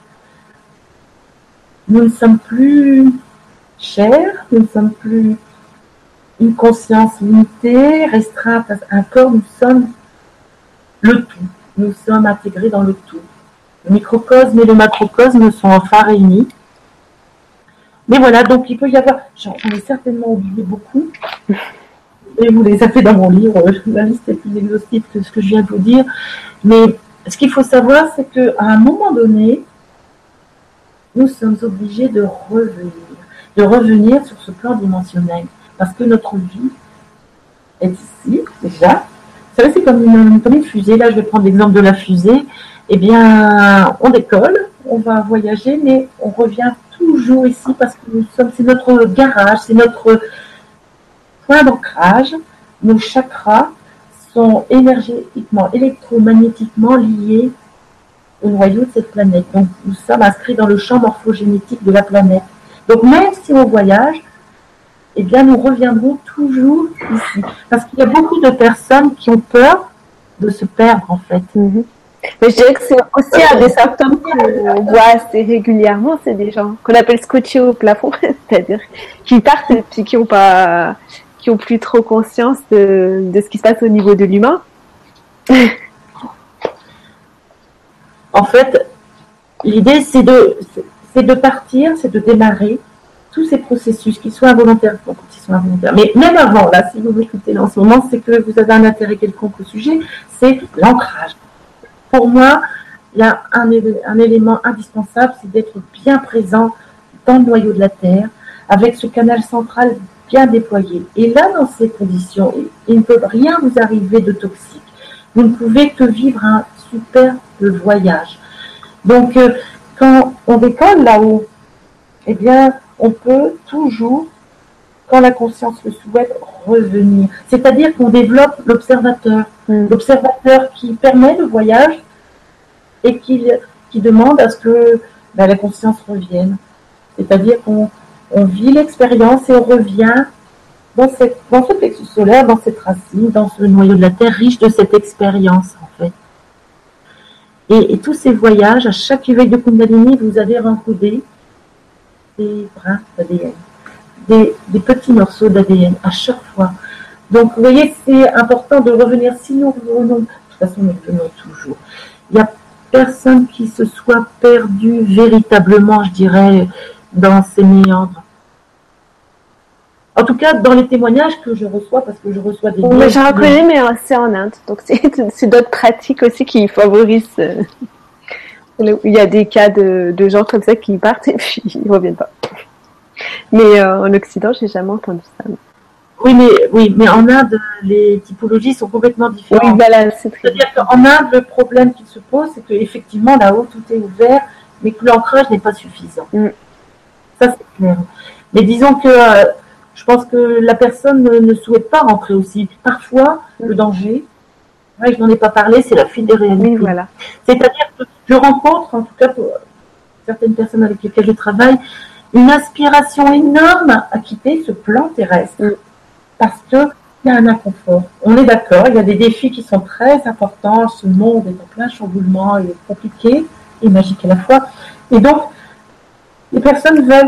Nous ne sommes plus chairs, nous ne sommes plus une conscience limitée, restreinte à un corps, nous sommes le tout. Nous sommes intégrés dans le tout. Le microcosme et le macrocosme sont enfin réunis. Mais voilà, donc il peut y avoir, j'en ai certainement oublié beaucoup, et vous les avez fait dans mon livre, la liste est plus exhaustive que ce que je viens de vous dire, mais ce qu'il faut savoir, c'est qu'à un moment donné, nous sommes obligés de revenir, de revenir sur ce plan dimensionnel, parce que notre vie est ici, déjà. Vous savez, c'est comme une, comme une fusée, là je vais prendre l'exemple de la fusée, eh bien, on décolle, on va voyager, mais on revient toujours ici parce que nous sommes, c'est notre garage, c'est notre point d'ancrage. Nos chakras sont énergétiquement, électromagnétiquement liés au noyau de cette planète. Donc, nous sommes inscrits dans le champ morphogénétique de la planète. Donc, même si on voyage, eh bien, nous reviendrons toujours ici. Parce qu'il y a beaucoup de personnes qui ont peur de se perdre, en fait. Mm-hmm. Mais je dirais que c'est aussi un des symptômes qu'on voit assez régulièrement, c'est des gens qu'on appelle scotchés au plafond, c'est-à-dire qui partent et puis qui ont pas, qui ont plus trop conscience de, de ce qui se passe au niveau de l'humain. En fait, l'idée c'est de, c'est de partir, c'est de démarrer tous ces processus, qu'ils soient involontaires, bon, quand ils sont involontaires. Mais même avant, là, si vous m'écoutez là en ce moment, c'est que vous avez un intérêt quelconque au sujet, c'est l'ancrage. Pour moi, il y a un, un élément indispensable, c'est d'être bien présent dans le noyau de la Terre, avec ce canal central bien déployé. Et là, dans ces conditions, il ne peut rien vous arriver de toxique. Vous ne pouvez que vivre un super voyage. Donc, euh, quand on décolle là-haut, eh bien, on peut toujours, quand la conscience le souhaite, revenir. C'est-à-dire qu'on développe l'observateur. Mmh. L'observateur qui permet le voyage et qui, qui demande à ce que ben, la conscience revienne. C'est-à-dire qu'on on vit l'expérience et on revient dans, cette, dans ce plexus solaire, dans cette racine, dans ce noyau de la Terre riche de cette expérience, en fait. Et, et tous ces voyages, à chaque éveil de Kundalini, vous avez encodé des brins d'A D N, des, des petits morceaux d'A D N à chaque fois. Donc, vous voyez, c'est important de revenir. Si nous revenons, de toute façon, nous revenons toujours. Il n'y a personne qui se soit perdu véritablement, je dirais, dans ces méandres. En tout cas, dans les témoignages que je reçois, parce que je reçois des... Oui, j'en reconnais, mais c'est en Inde. Donc, c'est, c'est d'autres pratiques aussi qui favorisent... Euh, il y a des cas de, de gens comme ça qui partent et puis ils ne reviennent pas. Mais euh, en Occident, je n'ai jamais entendu ça. Oui mais, oui, mais en Inde, les typologies sont complètement différentes. Oui, voilà, c'est très C'est-à-dire qu'en Inde, le problème qui se pose, c'est qu'effectivement, là-haut, tout est ouvert, mais que l'ancrage n'est pas suffisant. Mm. Ça, c'est clair. Mais disons que... Euh, je pense que la personne ne, ne souhaite pas rentrer aussi. Parfois, mmh. le danger, ouais, je n'en ai pas parlé, c'est la fuite des réalités. Oui, voilà. C'est-à-dire que je rencontre, en tout cas pour certaines personnes avec lesquelles je travaille, une aspiration énorme à quitter ce plan terrestre. Mmh. Parce qu'il y a un inconfort. On est d'accord, il y a des défis qui sont très importants. Ce monde est en plein chamboulement, il est compliqué et magique à la fois. Et donc, les personnes veulent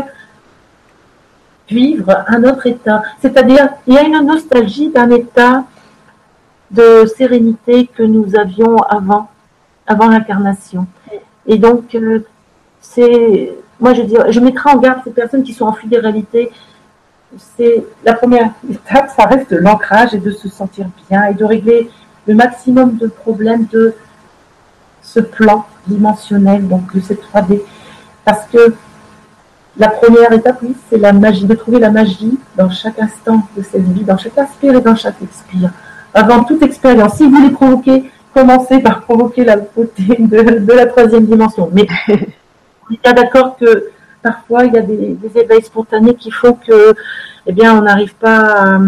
vivre un autre état. C'est-à-dire, il y a une nostalgie d'un état de sérénité que nous avions avant, avant l'incarnation. Et donc, euh, c'est, moi je dirais, je mettrai en garde ces personnes qui sont en fuite des réalités. C'est la première étape, ça reste de l'ancrage et de se sentir bien et de régler le maximum de problèmes de ce plan dimensionnel, donc de cette trois D. Parce que la première étape, oui, c'est la magie, de trouver la magie dans chaque instant de cette vie, dans chaque inspire et dans chaque expire. Avant toute expérience, si vous voulez provoquer, commencez par provoquer la beauté de, de la troisième dimension. Mais on est bien d'accord que parfois, il y a des, des éveils spontanés qui font que, eh bien, on n'arrive pas à,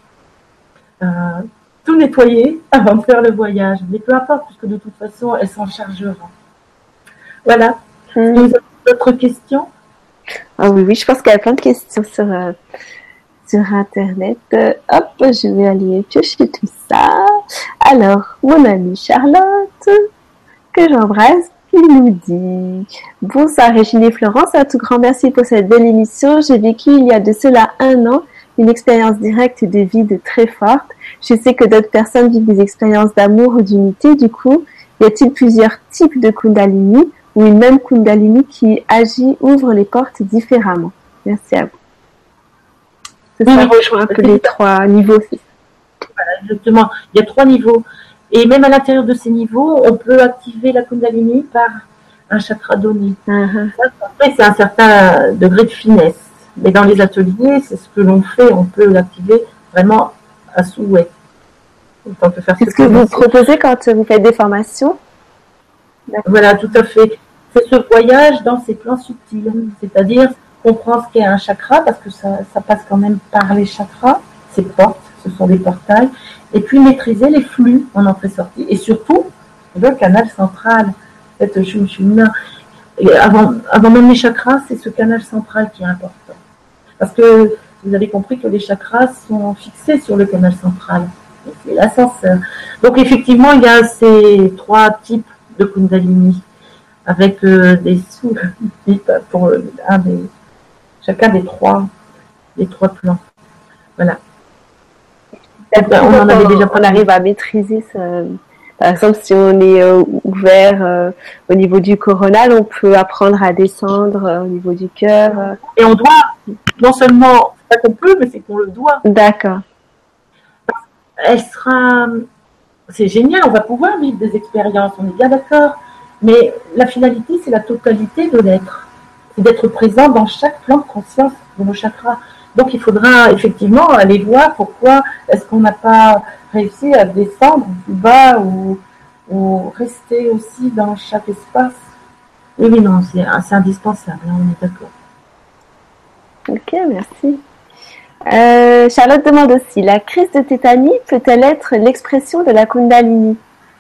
à tout nettoyer avant de faire le voyage. Mais peu importe, puisque de toute façon, elle s'en chargera. Voilà. Mmh. Vous avez d'autres questions ? Ah oui, oui, je pense qu'il y a plein de questions sur, euh, sur Internet. Euh, hop, je vais aller piocher tout ça. Alors, mon amie Charlotte, que j'embrasse, qui nous dit « Bonsoir Régine et Florence, un tout grand merci pour cette belle émission. J'ai vécu il y a de cela un an une expérience directe de vide très forte. Je sais que d'autres personnes vivent des expériences d'amour ou d'unité. Du coup, y a-t-il plusieurs types de Kundalini ou une même Kundalini qui agit, ouvre les portes différemment? Merci à vous. » Ça, ça rejoint un peu les trois niveaux. Voilà, exactement. Il y a trois niveaux. Et même à l'intérieur de ces niveaux, on peut activer la Kundalini par un chakra donné. Uh-huh. Après, c'est un certain degré de finesse. Mais dans les ateliers, c'est ce que l'on fait. On peut l'activer vraiment à souhait. On peut faire c'est ce que vous proposez quand vous faites des formations? Voilà, tout à fait. c'est ce voyage dans ces plans subtils, c'est-à-dire comprendre ce qu'est un chakra, parce que ça, ça passe quand même par les chakras, ces portes, ce sont des portails, et puis maîtriser les flux en entrée-sortie, et surtout le canal central. En fait, je, je, je, avant, avant même les chakras, c'est ce canal central qui est important. Parce que vous avez compris que les chakras sont fixés sur le canal central. C'est l'ascenseur. Donc effectivement, il y a ces trois types de Kundalini, avec euh, des sous-types pour un des, chacun des trois, des trois plans. Voilà. On, en avait déjà on arrive à maîtriser ce... Par exemple, si on est euh, ouvert euh, au niveau du coronal, on peut apprendre à descendre euh, au niveau du cœur. Euh. Et on doit, non seulement, c'est pas qu'on peut, mais c'est qu'on le doit. D'accord. Elle sera, c'est génial, on va pouvoir vivre des expériences, on est bien d'accord. Mais la finalité, c'est la totalité de l'être. C'est d'être présent dans chaque plan de conscience de nos chakras. Donc, il faudra effectivement aller voir pourquoi est-ce qu'on n'a pas réussi à descendre plus bas ou, ou rester aussi dans chaque espace. Oui, oui, non, c'est, c'est indispensable, hein, on est d'accord. Ok, merci. Euh, Charlotte demande aussi, la crise de tétanie peut-elle être l'expression de la Kundalini?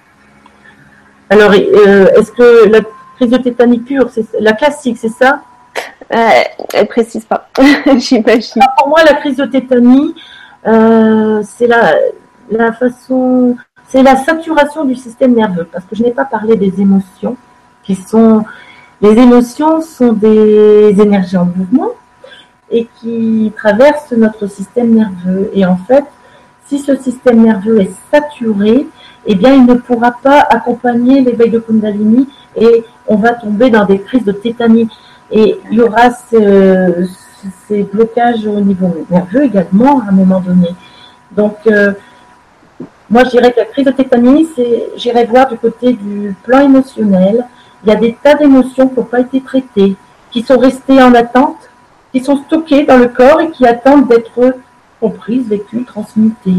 Alors, euh, est-ce que la crise de tétanie pure, c'est la classique, c'est ça? Euh, elle précise pas, j'imagine. Pour moi, la crise de tétanie, euh, c'est la, la façon, c'est la saturation du système nerveux, parce que je n'ai pas parlé des émotions, qui sont, les émotions sont des énergies en mouvement et qui traversent notre système nerveux. Et en fait, si ce système nerveux est saturé, eh bien, il ne pourra pas accompagner l'éveil de Kundalini et on va tomber dans des crises de tétanie. Et il y aura ce, ces blocages au niveau nerveux également à un moment donné. Donc, euh, moi, je dirais que la crise de tétanie, c'est, j'irais voir du côté du plan émotionnel. Il y a des tas d'émotions qui n'ont pas été traitées, qui sont restées en attente, qui sont stockées dans le corps et qui attendent d'être comprises, vécues, transmutées.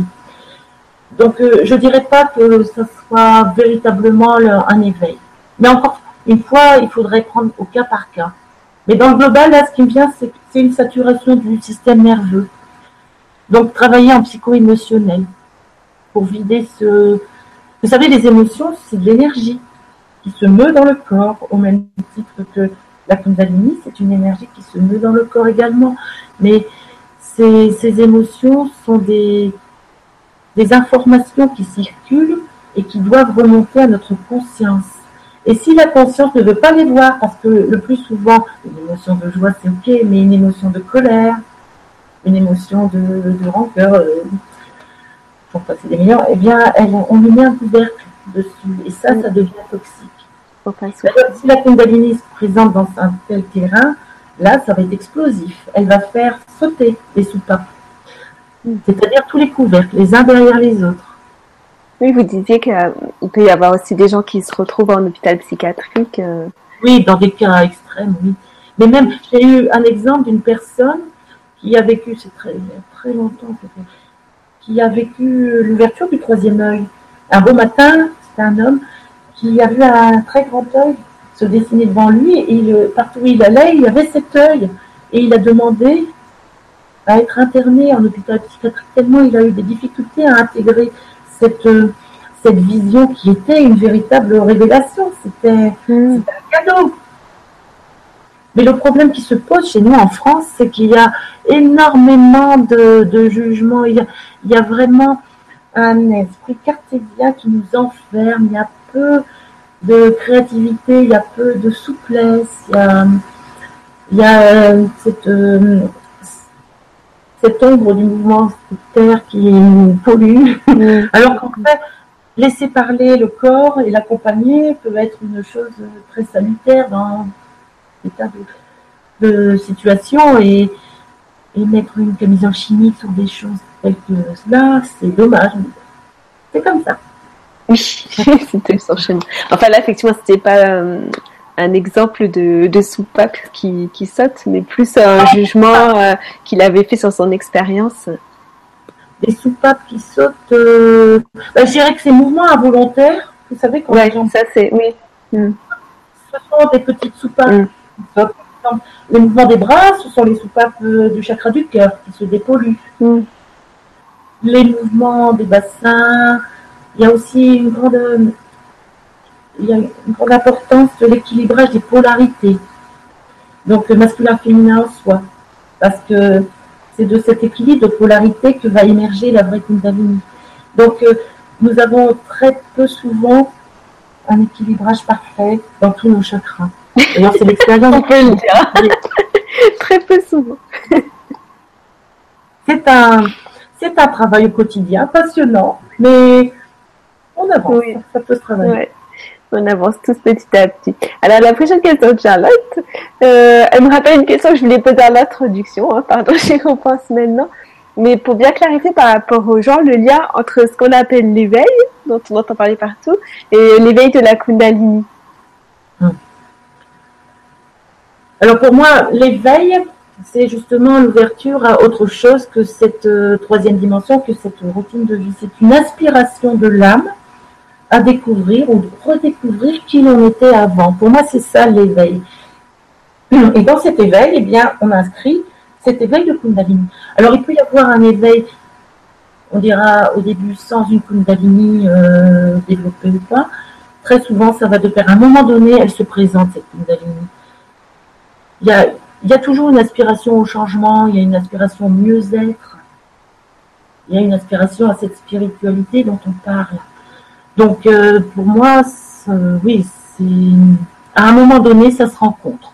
Donc, euh, je ne dirais pas que ce soit véritablement le, un éveil. Mais encore une fois, il faudrait prendre au cas par cas. Mais dans le global, là, ce qui me vient, c'est, c'est une saturation du système nerveux. Donc, travailler en psycho-émotionnel pour vider ce... Vous savez, les émotions, c'est de l'énergie qui se meut dans le corps, au même titre que la Kundalini, c'est une énergie qui se meut dans le corps également. Mais ces, ces émotions sont des, des informations qui circulent et qui doivent remonter à notre conscience. Et si la conscience ne veut pas les voir, parce que le plus souvent, une émotion de joie, c'est ok, mais une émotion de colère, une émotion de, de rancœur, euh, pour passer des meilleurs, eh bien, elle, on lui met un couvercle dessus. Et ça, ça devient toxique. Alors, si la Kundalini se présente dans un tel terrain, là, ça va être explosif. Elle va faire sauter les soupapes. C'est-à-dire tous les couvercles, les uns derrière les autres. Oui, vous disiez qu'il peut y avoir aussi des gens qui se retrouvent en hôpital psychiatrique. Euh... Oui, dans des cas extrêmes, oui. Mais même, j'ai eu un exemple d'une personne qui a vécu, c'est très, très longtemps, qui a vécu l'ouverture du troisième œil. Un beau matin, c'était un homme qui a vu un très grand œil se dessiner devant lui et il, partout où il allait, il y avait cet œil. Et il a demandé à être interné en hôpital psychiatrique tellement il a eu des difficultés à intégrer cette, cette vision qui était une véritable révélation. C'était, mmh. c'était un cadeau. Mais le problème qui se pose chez nous en France, c'est qu'il y a énormément de, de jugements. Il y a, il y a vraiment un esprit cartésien qui nous enferme. Il y a peu de créativité, il y a peu de souplesse. Il y a, il y a cette, euh, cette ombre du mouvement terre qui pollue. Mmh. Alors qu'en fait, laisser parler le corps et l'accompagner peut être une chose très salutaire dans des tas de, de situations et, et mettre une camisole chimique sur des choses telles que cela, c'est dommage. C'est comme ça. Oui, c'était s'enchaîner. Enfin là, effectivement, c'était pas euh, un exemple de, de soupape qui, qui saute, mais plus un jugement euh, qu'il avait fait sur son expérience. Des soupapes qui sautent, euh... bah, je dirais que c'est mouvements involontaires. Vous savez quand ouais, les gens... ça c'est, oui. Mm. ce sont des petites soupapes. Mm. Par exemple, le mouvement des bras, ce sont les soupapes du chakra du cœur qui se dépolluent. Mm. Les mouvements des bassins, il y a aussi une grande, il y a une grande importance de l'équilibrage des polarités. Donc le masculin-féminin en soi. Parce que c'est de cet équilibre de polarité que va émerger la vraie Kundalini. Donc euh, nous avons très peu souvent un équilibrage parfait dans tous nos chakras. D'ailleurs, c'est l'expérience. On peut le dire. Très peu souvent. C'est un, c'est un travail au quotidien, passionnant, mais on avance, oui. Ça peut se travailler. Ouais. On avance tous petit à petit. Alors, la prochaine question de Charlotte, euh, elle me rappelle une question que je voulais poser à l'introduction, hein, pardon, j'y repense maintenant, mais pour bien clarifier par rapport au genre, le lien entre ce qu'on appelle l'éveil, dont on entend parler partout, et l'éveil de la Kundalini. Hum. Alors, pour moi, l'éveil, c'est justement l'ouverture à autre chose que cette euh, troisième dimension, que cette routine de vie. C'est une aspiration de l'âme à découvrir ou de redécouvrir qui l'on était avant. Pour moi, c'est ça l'éveil. Et dans cet éveil, eh bien, on inscrit cet éveil de Kundalini. Alors, il peut y avoir un éveil, on dira au début, sans une Kundalini euh, développée ou pas. Très souvent, ça va de pair. À un moment donné, elle se présente, cette Kundalini. Il y a, il y a toujours une aspiration au changement, il y a une aspiration au mieux-être, il y a une aspiration à cette spiritualité dont on parle. Donc, euh, pour moi, oui, c'est à un moment donné, ça se rencontre.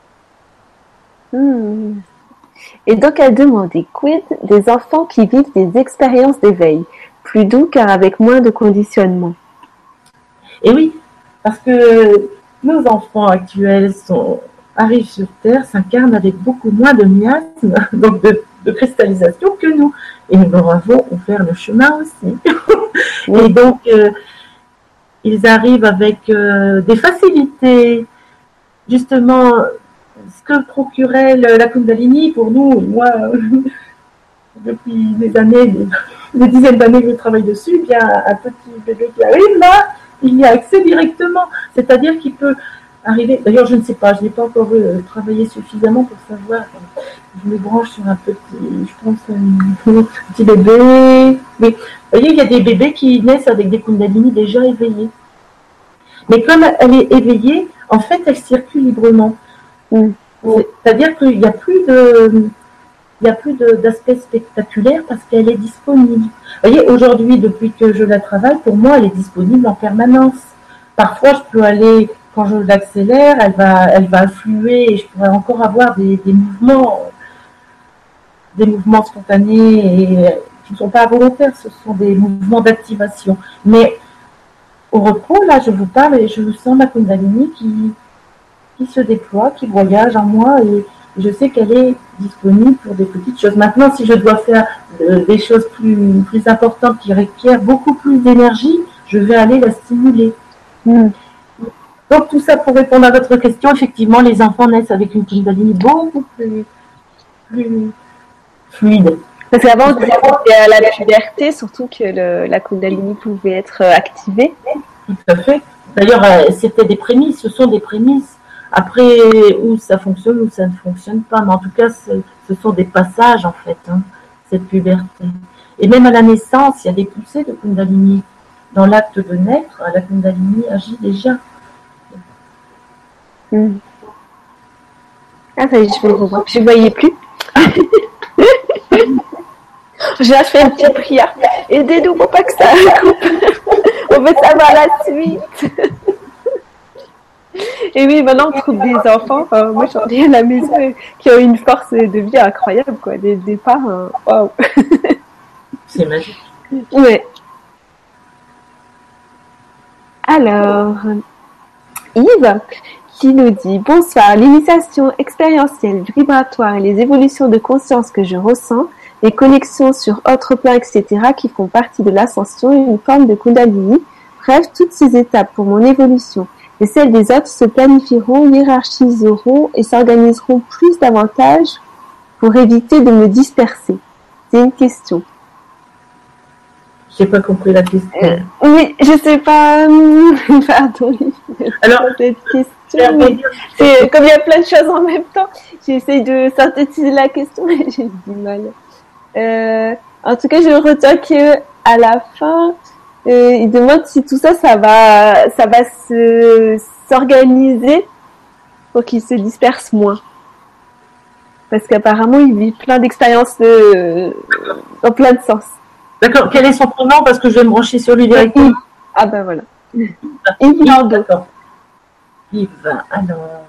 Hmm. Et donc, elle demandait, quid des enfants qui vivent des expériences d'éveil, plus doux car avec moins de conditionnement? Et oui, parce que nos enfants actuels sont, arrivent sur Terre, s'incarnent avec beaucoup moins de miasmes, donc de, de cristallisation que nous. Et nous leur avons offert le chemin aussi. Oui. Et donc, euh, ils arrivent avec euh, des facilités, justement, ce que procurait le, la Kundalini pour nous. Moi, euh, depuis des années, des, des dizaines d'années que je travaille dessus, bien un petit bébé qui arrive là, il y a accès directement. C'est-à-dire qu'il peut arriver. D'ailleurs, je ne sais pas, je n'ai pas encore euh, travaillé suffisamment pour savoir. Je me branche sur un petit, je pense, un petit bébé. Mais vous voyez, il y a des bébés qui naissent avec des Kundalini déjà éveillés. Mais comme elle est éveillée, en fait, elle circule librement. Mm. C'est-à-dire qu'il n'y a plus de, il n'y a plus de, d'aspect spectaculaire parce qu'elle est disponible. Vous voyez, aujourd'hui, depuis que je la travaille, pour moi, elle est disponible en permanence. Parfois, je peux aller, quand je l'accélère, elle va, elle va affluer et je pourrais encore avoir des, des mouvements, des mouvements spontanés et qui ne sont pas volontaires, ce sont des mouvements d'activation. Mais au repos, là, je vous parle et je sens ma Kundalini qui, qui se déploie, qui voyage en moi et je sais qu'elle est disponible pour des petites choses. Maintenant, si je dois faire euh, des choses plus, plus importantes qui requièrent beaucoup plus d'énergie, je vais aller la stimuler. Mm. Donc, tout ça pour répondre à votre question, effectivement, les enfants naissent avec une Kundalini beaucoup plus, plus fluide. Parce qu'avant, c'était à la puberté, surtout que le, la Kundalini pouvait être activée. Tout à fait. D'ailleurs, c'était des prémices, ce sont des prémices. Après, où ça fonctionne, ou ça ne fonctionne pas. Mais en tout cas, ce sont des passages, en fait, hein, cette puberté. Et même à la naissance, il y a des poussées de Kundalini. Dans l'acte de naître, la Kundalini agit déjà. Hmm. Ah, ça y est, je le revois. Je ne voyais plus. J'ai fait une petite prière. Aidez-nous pour pas que ça coupe. On veut savoir la suite. Et oui, maintenant on trouve des enfants. Enfin, moi, j'en ai à la maison qui ont une force de vie incroyable, quoi. Des départs, waouh. C'est magique. Oui. Alors, Yves qui nous dit « Bonsoir, l'initiation expérientielle, vibratoire et les évolutions de conscience que je ressens, les connexions sur autres plans, et cetera qui font partie de l'ascension et une forme de Kundalini. Bref, toutes ces étapes pour mon évolution et celles des autres se planifieront, hiérarchiseront et s'organiseront plus davantage pour éviter de me disperser. » C'est une question. J'ai pas compris la question. Euh, oui, je sais pas. Pardon. Alors, cette question. Mais c'est, comme il y a plein de choses en même temps, j'essaie de synthétiser la question, mais j'ai du mal. Euh, en tout cas, je retiens que à la fin, euh, il demande si tout ça, ça va, ça va se s'organiser pour qu'il se disperse moins. Parce qu'apparemment, il vit plein d'expériences euh, dans plein de sens. D'accord. Quel est son prénom? Parce que je vais me brancher sur lui directement. Ah ben voilà. Yves Landau. D'accord. Yves, alors...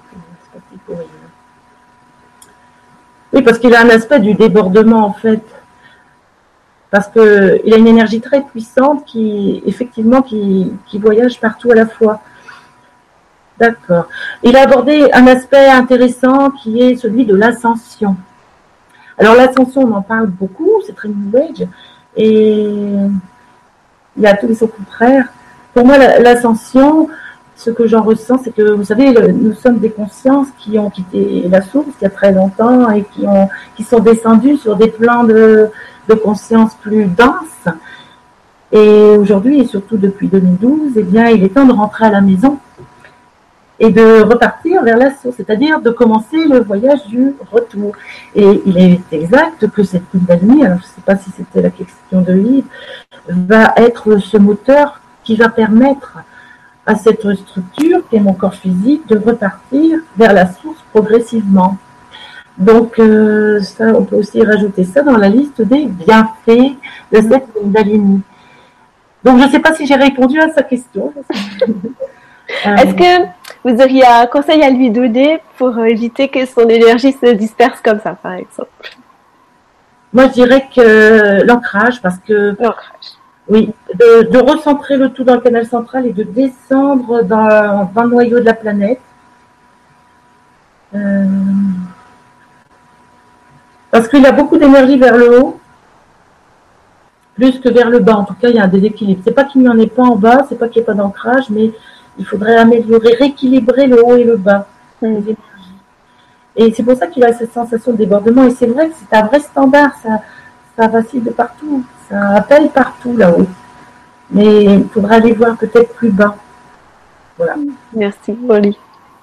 Oui, parce qu'il a un aspect du débordement, en fait. Parce qu'il a une énergie très puissante qui, effectivement, qui, qui voyage partout à la fois. D'accord. Il a abordé un aspect intéressant qui est celui de l'ascension. Alors, l'ascension, on en parle beaucoup, c'est très New Age. Et il y a tous les au contraire. Pour moi, l'ascension, ce que j'en ressens, c'est que, vous savez, le, nous sommes des consciences qui ont quitté la source il y a très longtemps et qui, ont, qui sont descendues sur des plans de, de conscience plus denses. Et aujourd'hui, et surtout depuis deux mille douze, eh bien, il est temps de rentrer à la maison et de repartir vers la source, c'est-à-dire de commencer le voyage du retour. Et il est exact que cette Kundalini, alors je ne sais pas si c'était la question de Yves, va être ce moteur qui va permettre à cette structure, qui est mon corps physique, de repartir vers la source progressivement. Donc, euh, ça, on peut aussi rajouter ça dans la liste des bienfaits de cette Kundalini. Donc, je ne sais pas si j'ai répondu à sa question. Est-ce que vous auriez un conseil à lui donner pour éviter que son énergie se disperse comme ça, par exemple? Moi, je dirais que l'ancrage, parce que... L'ancrage. Oui, de, de recentrer le tout dans le canal central et de descendre dans, dans le noyau de la planète. Euh, parce qu'il a beaucoup d'énergie vers le haut, plus que vers le bas. En tout cas, il y a un déséquilibre. C'est pas qu'il n'y en ait pas en bas, c'est pas qu'il n'y ait pas d'ancrage, mais il faudrait améliorer, rééquilibrer le haut et le bas. Mmh. Les énergies. Et c'est pour ça qu'il a cette sensation de débordement. Et c'est vrai que c'est un vrai standard, ça, ça vacille de partout. Ça appelle partout là-haut. Mais il faudra aller voir peut-être plus bas. Voilà. Merci, Pauline.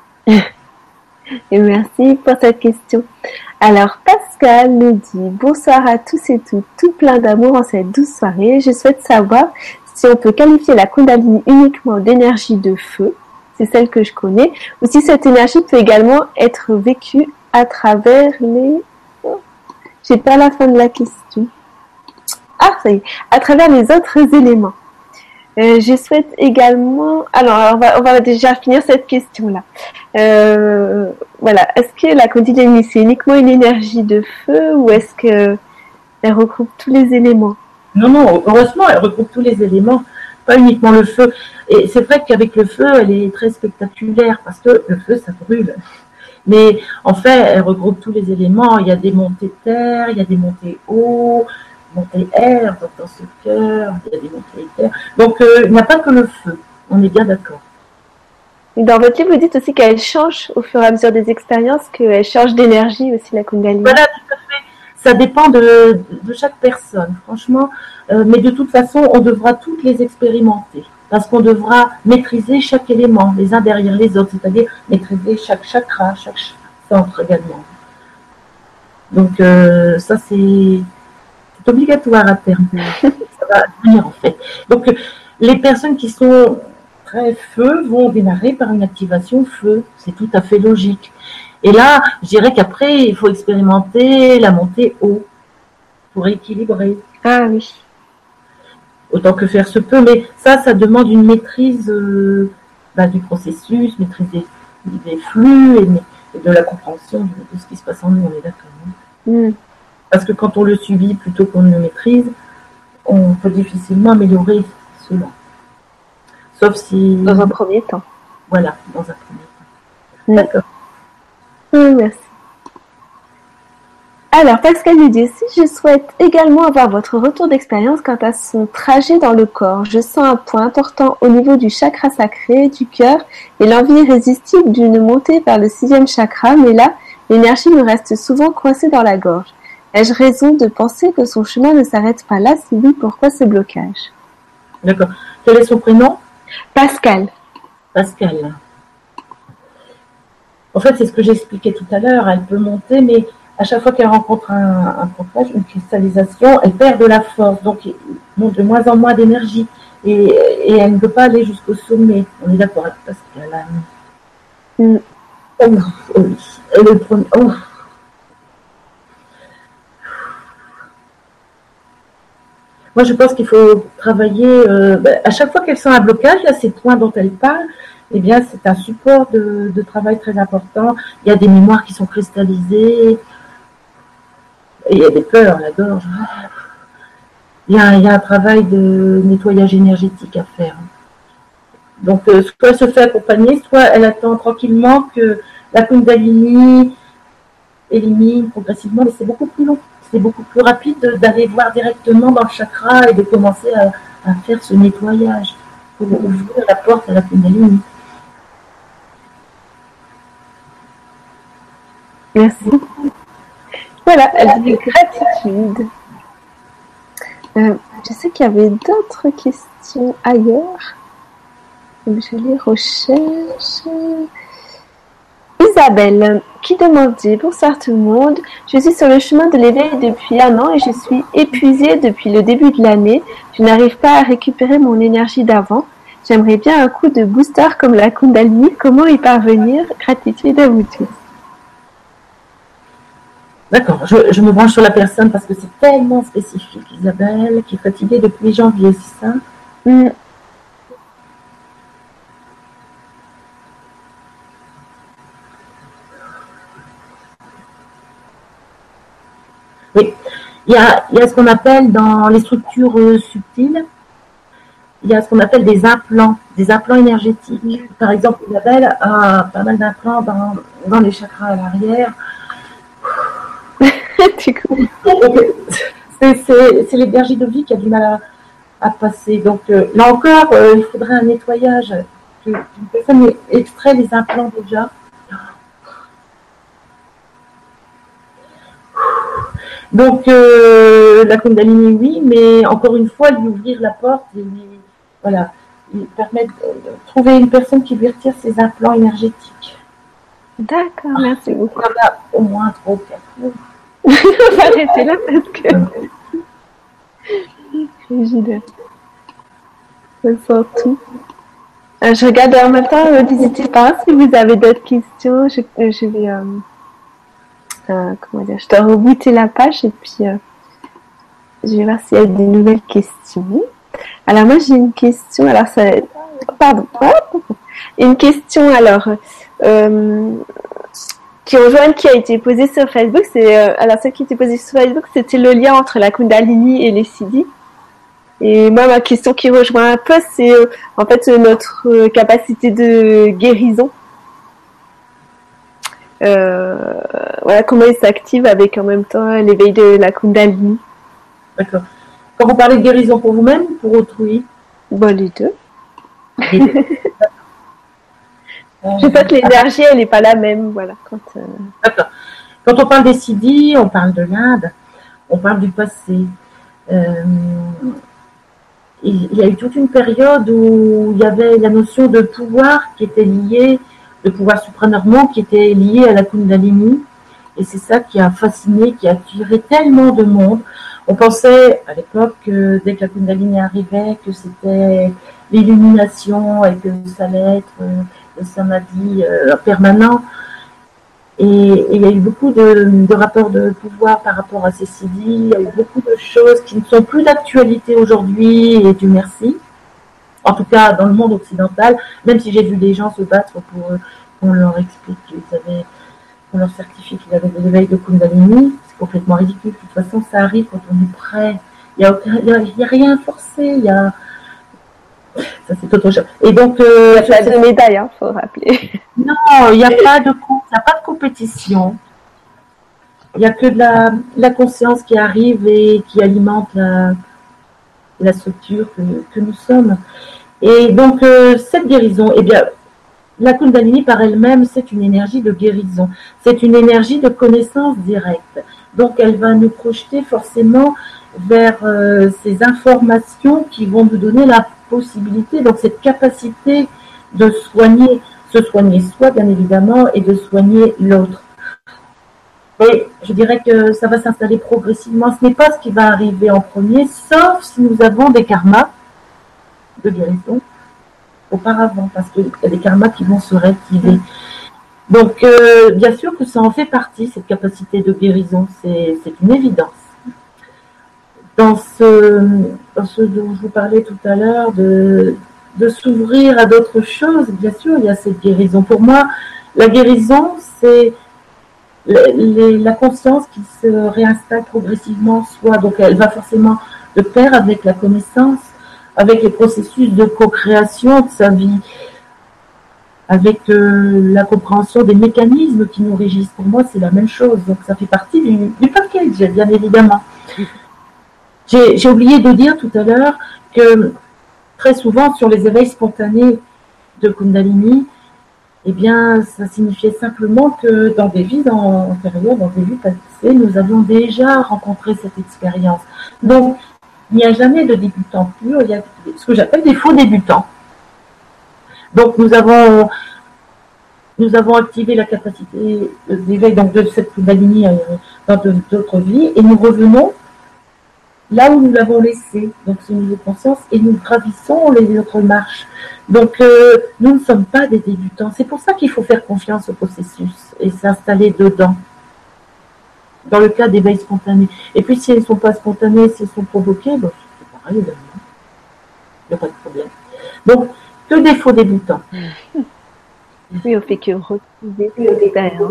Et merci pour cette question. Alors, Pascal nous dit « Bonsoir à tous et toutes, tout plein d'amour en cette douce soirée. Je souhaite savoir si on peut qualifier la Kundalini uniquement d'énergie de feu, c'est celle que je connais, ou si cette énergie peut également être vécue à travers les... Oh, j'ai pas la fin de la question. Ah, ça y est, à travers les autres éléments. Euh, je souhaite également... Alors, on va, on va déjà finir cette question-là. Euh, voilà. Est-ce que la Kundalini, c'est uniquement une énergie de feu ou est-ce qu'elle regroupe tous les éléments? Non, non, heureusement, elle regroupe tous les éléments, pas uniquement le feu. Et c'est vrai qu'avec le feu, elle est très spectaculaire parce que le feu, ça brûle. Mais en fait, elle regroupe tous les éléments. Il y a des montées terre, il y a des montées eau, montée air, donc dans ce cœur, il y a des montées terre. Donc, euh, il n'y a pas que le feu, on est bien d'accord. Dans votre livre, vous dites aussi qu'elle change au fur et à mesure des expériences, qu'elle change d'énergie aussi, la Kundalini. Voilà, tout à fait. Ça dépend de, de chaque personne, franchement. Euh, mais de toute façon, on devra toutes les expérimenter. Parce qu'on devra maîtriser chaque élément, les uns derrière les autres, c'est-à-dire maîtriser chaque chakra, chaque centre également. Donc, euh, ça, c'est... C'est obligatoire à terme. Ça va venir en fait. Donc, les personnes qui sont très feu vont démarrer par une activation feu. C'est tout à fait logique. Et là, je dirais qu'après, il faut expérimenter la montée eau pour équilibrer. Ah oui. Autant que faire se peut. Mais ça, ça demande une maîtrise euh, bah, du processus, maîtrise des, des flux et, et de la compréhension de, de ce qui se passe en nous. On est d'accord. Hein mm. Parce que quand on le subit plutôt qu'on ne le maîtrise, on peut difficilement améliorer cela. Sauf si... Dans un premier temps. Voilà, dans un premier temps. Mmh. D'accord. Mmh, merci. Alors, Pascal nous dit, si je souhaite également avoir votre retour d'expérience quant à son trajet dans le corps, je sens un point important au niveau du chakra sacré, du cœur, et l'envie irrésistible d'une montée vers le sixième chakra, mais là, l'énergie me reste souvent coincée dans la gorge. Ai-je raison de penser que son chemin ne s'arrête pas là? Si oui, pourquoi ce blocage? D'accord. Quel est son prénom? Pascal. Pascal. En fait, c'est ce que j'expliquais tout à l'heure. Elle peut monter, mais à chaque fois qu'elle rencontre un, un blocage, une cristallisation, elle perd de la force. Donc, il monte de moins en moins d'énergie. Et, et elle ne peut pas aller jusqu'au sommet. On est d'accord avec Pascal. Hein. Mm. Oh, oh, oui. Elle le prend. Oh. Moi, je pense qu'il faut travailler. Euh, bah, à chaque fois qu'elle sent un blocage, là, ces points dont elle parle, eh bien, c'est un support de, de travail très important. Il y a des mémoires qui sont cristallisées. Et il y a des peurs, la gorge. Il y a, il y a un travail de nettoyage énergétique à faire. Donc, euh, soit elle se fait accompagner, soit elle attend tranquillement que la Kundalini élimine progressivement, mais c'est beaucoup plus long. C'est beaucoup plus rapide d'aller voir directement dans le chakra et de commencer à, à faire ce nettoyage pour ouvrir la porte à la Kundalini. Merci. Voilà, elle dit gratitude. Euh, je sais qu'il y avait d'autres questions ailleurs. Donc je les recherche. Isabelle, qui demandait: bonsoir tout le monde, je suis sur le chemin de l'éveil depuis un an et je suis épuisée depuis le début de l'année. Je n'arrive pas à récupérer mon énergie d'avant. J'aimerais bien un coup de booster comme la Kundalini. Comment y parvenir? Gratitude à vous tous. D'accord, je, je me branche sur la personne parce que c'est tellement spécifique. Isabelle, qui est fatiguée depuis janvier, c'est ça? Mm. Oui, il y a, il y a ce qu'on appelle dans les structures euh, subtiles, il y a ce qu'on appelle des implants, des implants énergétiques. Par exemple, Isabelle a pas mal d'implants dans, dans les chakras à l'arrière. C'est l'énergie de vie qui a du mal à, à passer. Donc euh, là encore, euh, il faudrait un nettoyage. Une personne extrait les implants déjà. Donc euh, la Kundalini, oui, mais encore une fois, lui ouvrir la porte et lui, voilà, lui permettre de trouver une personne qui lui retire ses implants énergétiques. D'accord, merci beaucoup. Il y en a au moins trois ou quatre. On va arrêter là parce que Frigide. Je sens tout. Euh, je regarde en même temps, n'hésitez pas si vous avez d'autres questions. Je, je vais euh, euh, comment dire, je dois rebooter la page et puis euh, je vais voir s'il y a des nouvelles questions. Alors moi j'ai une question. Alors ça, pardon, une question alors. Euh, qui rejoint qui a été posée sur Facebook. C'est euh, alors celle qui a été posée sur Facebook, c'était le lien entre la Kundalini et les Siddhis. Et moi, ma question qui rejoint un peu, c'est euh, en fait notre euh, capacité de guérison. Euh, voilà, comment il s'active avec en même temps l'éveil de la Kundalini. D'accord. Quand vous parlez de guérison pour vous-même ou pour autrui? Bon, les deux. Les deux. Je sais que l'énergie, elle n'est pas la même, voilà. Quand, euh... D'accord. Quand on parle des Siddhis, on parle de l'Inde, on parle du passé. Euh, il y a eu toute une période où il y avait la notion de pouvoir qui était liée, de pouvoir supranormand qui était lié à la Kundalini. Et c'est ça qui a fasciné, qui a attiré tellement de monde. On pensait à l'époque que dès que la Kundalini arrivait, que c'était l'illumination et que ça allait être euh, le samadhi euh, permanent. Et, et il y a eu beaucoup de, de rapports de pouvoir par rapport à ces Siddhis. Il y a eu beaucoup de choses qui ne sont plus d'actualité aujourd'hui, et Dieu merci. En tout cas, dans le monde occidental, même si j'ai vu des gens se battre pour qu'on leur explique qu'ils avaient, qu'on leur certifie qu'ils avaient des éveils de Kundalini, c'est complètement ridicule. De toute façon, ça arrive quand on est prêt. Il n'y a, a, a rien forcé. Il y a Ça, c'est autre chose. Et donc, euh, il n'y a pas de médaille, il faut rappeler. Non, il n'y a pas de, il n'y a pas de compétition. Il n'y a que de la, la conscience qui arrive et qui alimente la, la structure que, que nous sommes. Et donc, euh, cette guérison, eh bien, la Kundalini par elle-même, c'est une énergie de guérison. C'est une énergie de connaissance directe. Donc, elle va nous projeter forcément vers euh, ces informations qui vont nous donner la possibilité, donc cette capacité de soigner, se soigner soi, bien évidemment, et de soigner l'autre. Et je dirais que ça va s'installer progressivement. Ce n'est pas ce qui va arriver en premier, sauf si nous avons des karmas de guérison auparavant, parce qu'il y a des karmas qui vont se réactiver. Donc, euh, bien sûr que ça en fait partie, cette capacité de guérison, c'est une évidence. Dans ce, dans ce dont je vous parlais tout à l'heure, de, de s'ouvrir à d'autres choses, bien sûr, il y a cette guérison. Pour moi, la guérison, c'est la conscience qui se réinstalle progressivement en soi. Donc, elle va forcément de pair avec la connaissance, avec les processus de co-création de sa vie, avec euh, la compréhension des mécanismes qui nous régissent. Pour moi, c'est la même chose. Donc, ça fait partie du, du package, bien évidemment. J'ai oublié de dire tout à l'heure que très souvent, sur les éveils spontanés de Kundalini, eh bien, ça signifiait simplement que dans des vies antérieures, dans des vies passées, nous avions déjà rencontré cette expérience. Donc, il n'y a jamais de débutant pur, il y a ce que j'appelle des faux débutants. Donc, nous avons, nous avons activé la capacité d'éveil de cette Kundalini dans d'autres vies et nous revenons là où nous l'avons laissé, donc ce niveau de conscience, et nous gravissons les autres marches. Donc, euh, nous ne sommes pas des débutants. C'est pour ça qu'il faut faire confiance au processus et s'installer dedans, dans le cas d'éveil spontané. Et puis, si elles ne sont pas spontanées, si elles sont provoquées, bon, c'est pareil, il n'y a pas de problème. Donc, que des faux débutants. Oui, on fait que retrouver l'expérience.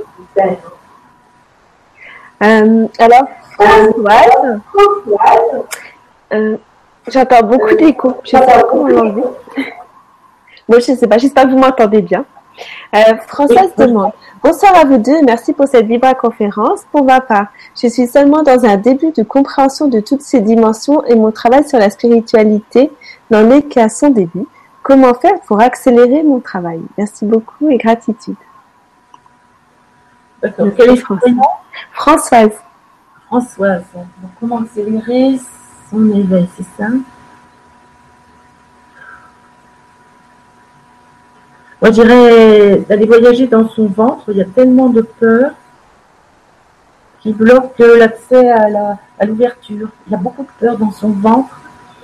Euh, alors, Françoise, euh, j'entends beaucoup d'écho. Je ne sais pas comment l'enlever. Bon, je ne sais pas, j'espère que vous m'entendez bien. Euh, Françoise demande, bonsoir à vous deux et merci pour cette vibra-conférence. Pour ma part, je suis seulement dans un début de compréhension de toutes ces dimensions et mon travail sur la spiritualité n'en est qu'à son début. Comment faire pour accélérer mon travail? Merci beaucoup et gratitude. D'accord. Quel est votre nom? Françoise. Françoise. Donc, comment accélérer son éveil, c'est ça? Moi, je dirais d'aller voyager dans son ventre. Il y a tellement de peur qui bloque l'accès à l'ouverture. Il y a beaucoup de peur dans son ventre.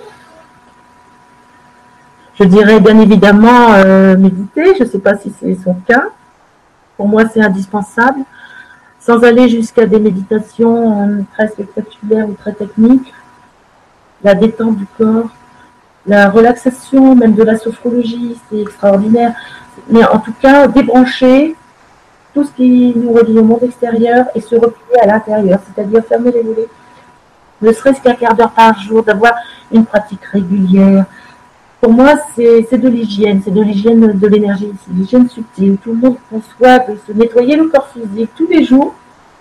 Je dirais bien évidemment euh, méditer. Je ne sais pas si c'est son cas. Pour moi, c'est indispensable. Sans aller jusqu'à des méditations euh, très spectaculaires ou très techniques. La détente du corps, la relaxation, même de la sophrologie, c'est extraordinaire. Mais en tout cas, débrancher tout ce qui nous relie au monde extérieur et se replier à l'intérieur, c'est-à-dire fermer les volets. Ne serait-ce qu'un quart d'heure par jour, d'avoir une pratique régulière. Pour moi, c'est de l'hygiène, c'est de l'hygiène de l'énergie, c'est de l'hygiène subtile. Tout le monde conçoit de se nettoyer le corps physique tous les jours.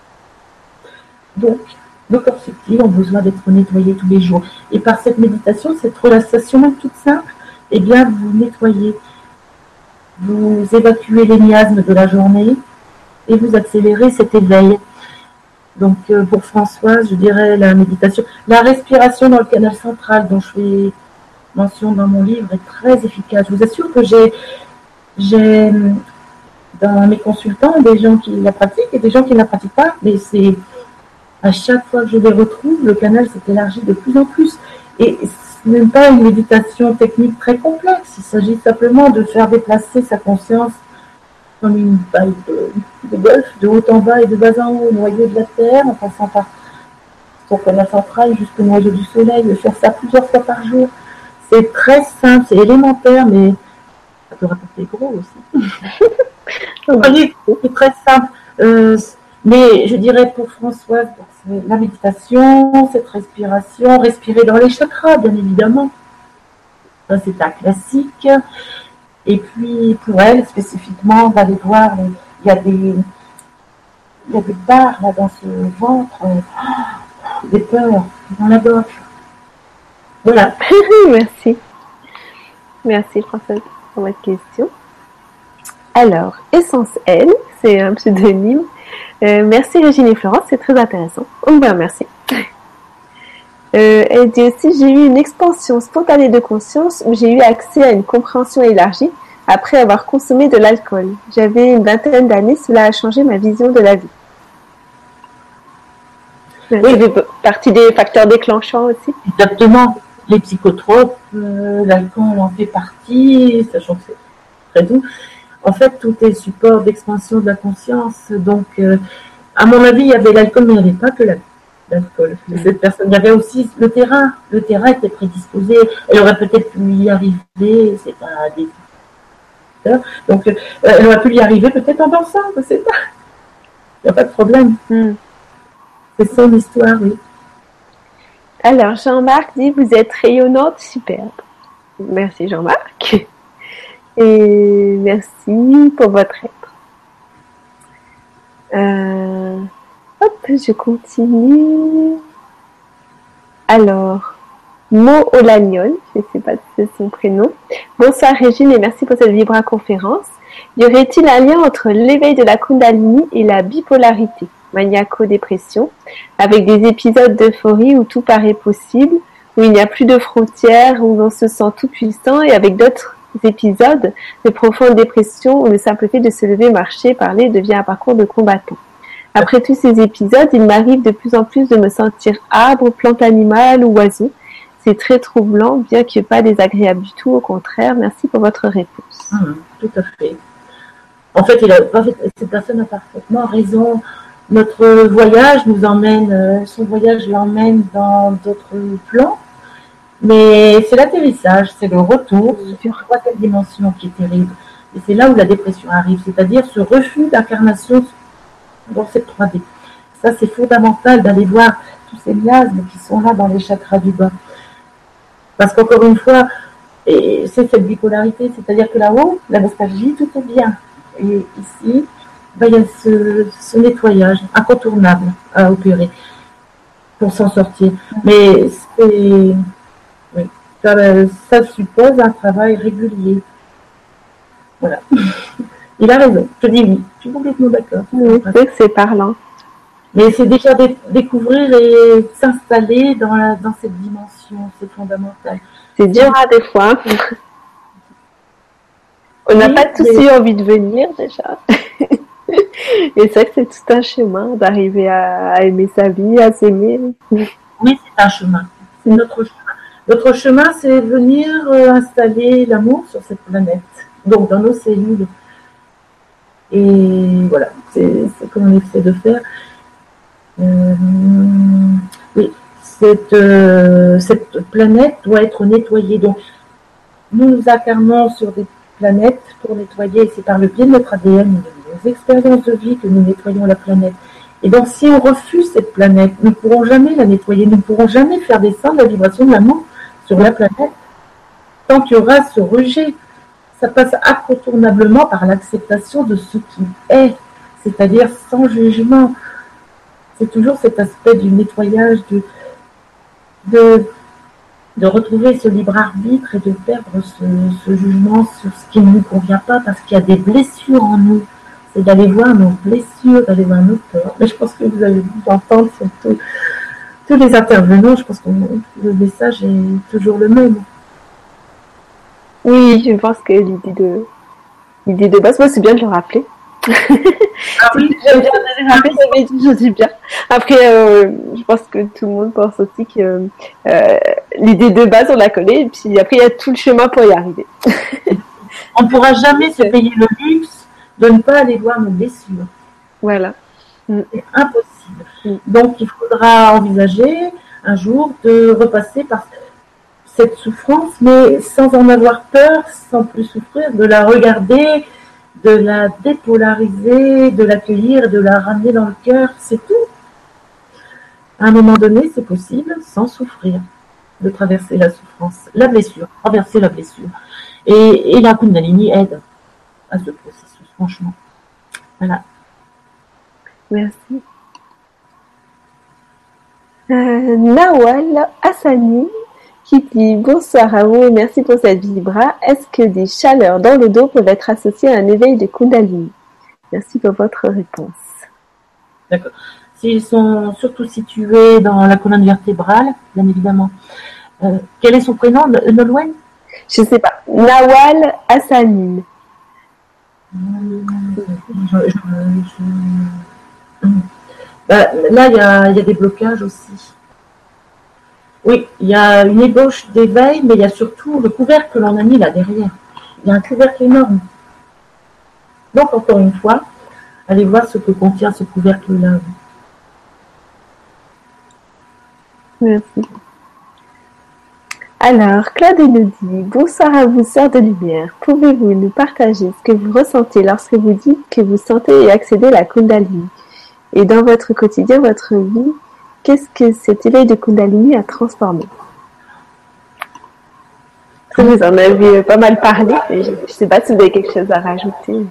Donc, nos corps subtils ont besoin d'être nettoyés tous les jours. Et par cette méditation, cette relaxation même toute simple, eh bien, vous nettoyez, vous évacuez les miasmes de la journée et vous accélérez cet éveil. Donc, euh, pour Françoise, je dirais la méditation. La respiration dans le canal central, dont je fais mention dans mon livre, est très efficace. Je vous assure que j'ai, j'ai dans mes consultants des gens qui la pratiquent et des gens qui ne la pratiquent pas, mais c'est à chaque fois que je les retrouve, le canal s'élargit de plus en plus. Et ce n'est pas une méditation technique très complexe. Il s'agit simplement de faire déplacer sa conscience comme une balle de, de golf, de haut en bas et de bas en haut, au noyau de la Terre, en passant par son canal central jusqu'au noyau du Soleil, de faire ça plusieurs fois par jour. C'est très simple, c'est élémentaire, mais ça peut rapporter gros aussi. Vous voyez, c'est très simple. Euh, mais je dirais pour Françoise, la méditation, cette respiration, respirer dans les chakras, bien évidemment. Ça, c'est un classique. Et puis, pour elle, spécifiquement, d'aller voir, il y a des, il y a des barres là, dans ce ventre, des peurs dans la gorge. Voilà. Merci. Merci, Françoise, pour votre question. Alors, Essence L, c'est un pseudonyme. Euh, merci Régine et Florence, c'est très intéressant. Oh, ben, merci. Euh, elle dit aussi, j'ai eu une expansion spontanée de conscience où j'ai eu accès à une compréhension élargie après avoir consommé de l'alcool. J'avais une vingtaine d'années, cela a changé ma vision de la vie. Oui, ça fait partie des facteurs déclenchants aussi. Exactement. Les psychotropes, euh, l'alcool en fait partie, sachant que c'est très doux. En fait, tout est support d'expansion de la conscience. Donc, euh, à mon avis, il y avait l'alcool, mais il n'y avait pas que la, l'alcool. Cette personne, il y avait aussi le terrain. Le terrain était prédisposé. Elle aurait peut-être pu y arriver. C'est pas des... Donc, euh, elle aurait pu y arriver peut-être en dansant. Je ne sais pas. Il n'y a pas de problème. Mm. C'est son histoire, oui. Alors, Jean-Marc dit, vous êtes rayonnante, superbe. Merci Jean-Marc. Et merci pour votre aide. Euh, hop, je continue. Alors, Mo Olagnol, je ne sais pas si c'est son prénom. Bonsoir Régine et merci pour cette vibra-conférence. Y aurait-il un lien entre l'éveil de la Kundalini et la bipolarité, maniaco-dépression, avec des épisodes d'euphorie où tout paraît possible, où il n'y a plus de frontières, où l'on se sent tout puissant, et avec d'autres épisodes de profonde dépression où le simple fait de se lever, marcher, parler devient un parcours de combattant. Après tous ces épisodes, il m'arrive de plus en plus de me sentir arbre, plante animale ou oiseau. C'est très troublant, bien que pas désagréable du tout, au contraire. Merci pour votre réponse. Mmh, tout à fait. En fait, il a, cette personne a parfaitement raison. Notre voyage nous emmène, son voyage l'emmène dans d'autres plans. Mais c'est l'atterrissage, c'est le retour sur la troisième dimension qui est terrible. Et c'est là où la dépression arrive, c'est-à-dire ce refus d'incarnation dans cette trois D. Ça, c'est fondamental d'aller voir tous ces miasmes qui sont là dans les chakras du bas. Parce qu'encore une fois, et c'est cette bipolarité, c'est-à-dire que là-haut, la nostalgie, tout est bien. Et ici, ben, il y a ce, ce nettoyage incontournable à opérer pour s'en sortir. Mais c'est... Oui, ça, ça suppose un travail régulier. Voilà. Il a raison, je dis oui, je suis complètement d'accord. Oui, c'est vrai que c'est parlant. Mais c'est déjà dé- découvrir et s'installer dans, la, dans cette dimension, c'est fondamental. C'est dur à des fois. On n'a oui, pas tous mais... eu envie de venir déjà. Et c'est vrai que c'est tout un chemin d'arriver à, à aimer sa vie, à s'aimer. Oui, c'est un chemin. C'est notre chemin. Notre chemin, c'est venir euh, installer l'amour sur cette planète, donc dans nos cellules. Et voilà, c'est, c'est comme on essaie de faire. Euh, oui, cette, euh, cette planète doit être nettoyée. Donc, nous nous incarnons sur des planètes pour nettoyer. C'est par le biais de notre A D N, de nos expériences de vie que nous nettoyons la planète. Et donc, si on refuse cette planète, nous ne pourrons jamais la nettoyer. Nous ne pourrons jamais faire descendre la vibration de l'amour sur la planète. Tant qu'il y aura ce rejet, ça passe incontournablement par l'acceptation de ce qui est, c'est-à-dire sans jugement. C'est toujours cet aspect du nettoyage, de, de, de retrouver ce libre arbitre et de perdre ce, ce jugement sur ce qui ne nous convient pas parce qu'il y a des blessures en nous. C'est d'aller voir nos blessures, d'aller voir nos peurs. Mais je pense que vous avez dû entendre surtout tous les intervenants, je pense que le message est toujours le même. Oui, je pense que l'idée de, l'idée de base, moi, c'est bien de le rappeler. Ah oui, j'aime bien de le rappeler, ça fait toujours du bien. Après, euh, je pense que tout le monde pense aussi que euh, l'idée de base, on la connaît, et puis après, il y a tout le chemin pour y arriver. On ne pourra jamais se payer le luxe de ne pas aller voir nos blessures. Voilà. C'est impossible. Mm. Donc, il faudra envisager un jour de repasser par cette souffrance, mais sans en avoir peur, sans plus souffrir, de la regarder, de la dépolariser, de l'accueillir, de la ramener dans le cœur, c'est tout. À un moment donné, c'est possible, sans souffrir, de traverser la souffrance, la blessure, traverser la blessure. Et, et la Kundalini aide à ce processus, franchement. Voilà. Merci. Euh, Nawal Hassani qui dit bonsoir à vous et merci pour cette vibra. Est-ce que des chaleurs dans le dos peuvent être associées à un éveil de Kundalini? Merci pour votre réponse. D'accord. S'ils sont surtout situés dans la colonne vertébrale, bien évidemment. Euh, quel est son prénom, Nolwenn? Je ne sais pas. Nawal Hassanin. Je, je, je... Bah, là, il y a, y a des blocages aussi. Oui, il y a une ébauche d'éveil, mais il y a surtout le couvercle que l'on a mis là derrière. Il y a un couvercle énorme. Donc, encore une fois, allez voir ce que contient ce couvercle-là. Merci. Alors, Claude nous dit « Bonsoir à vous, sœurs de lumière. Pouvez-vous nous partager ce que vous ressentez lorsque vous dites que vous sentez et accédez à la Kundalini? Et dans votre quotidien, votre vie, qu'est-ce que cet éveil de Kundalini a transformé ?» Vous en avez pas mal parlé, mais je ne sais pas si vous avez quelque chose à rajouter.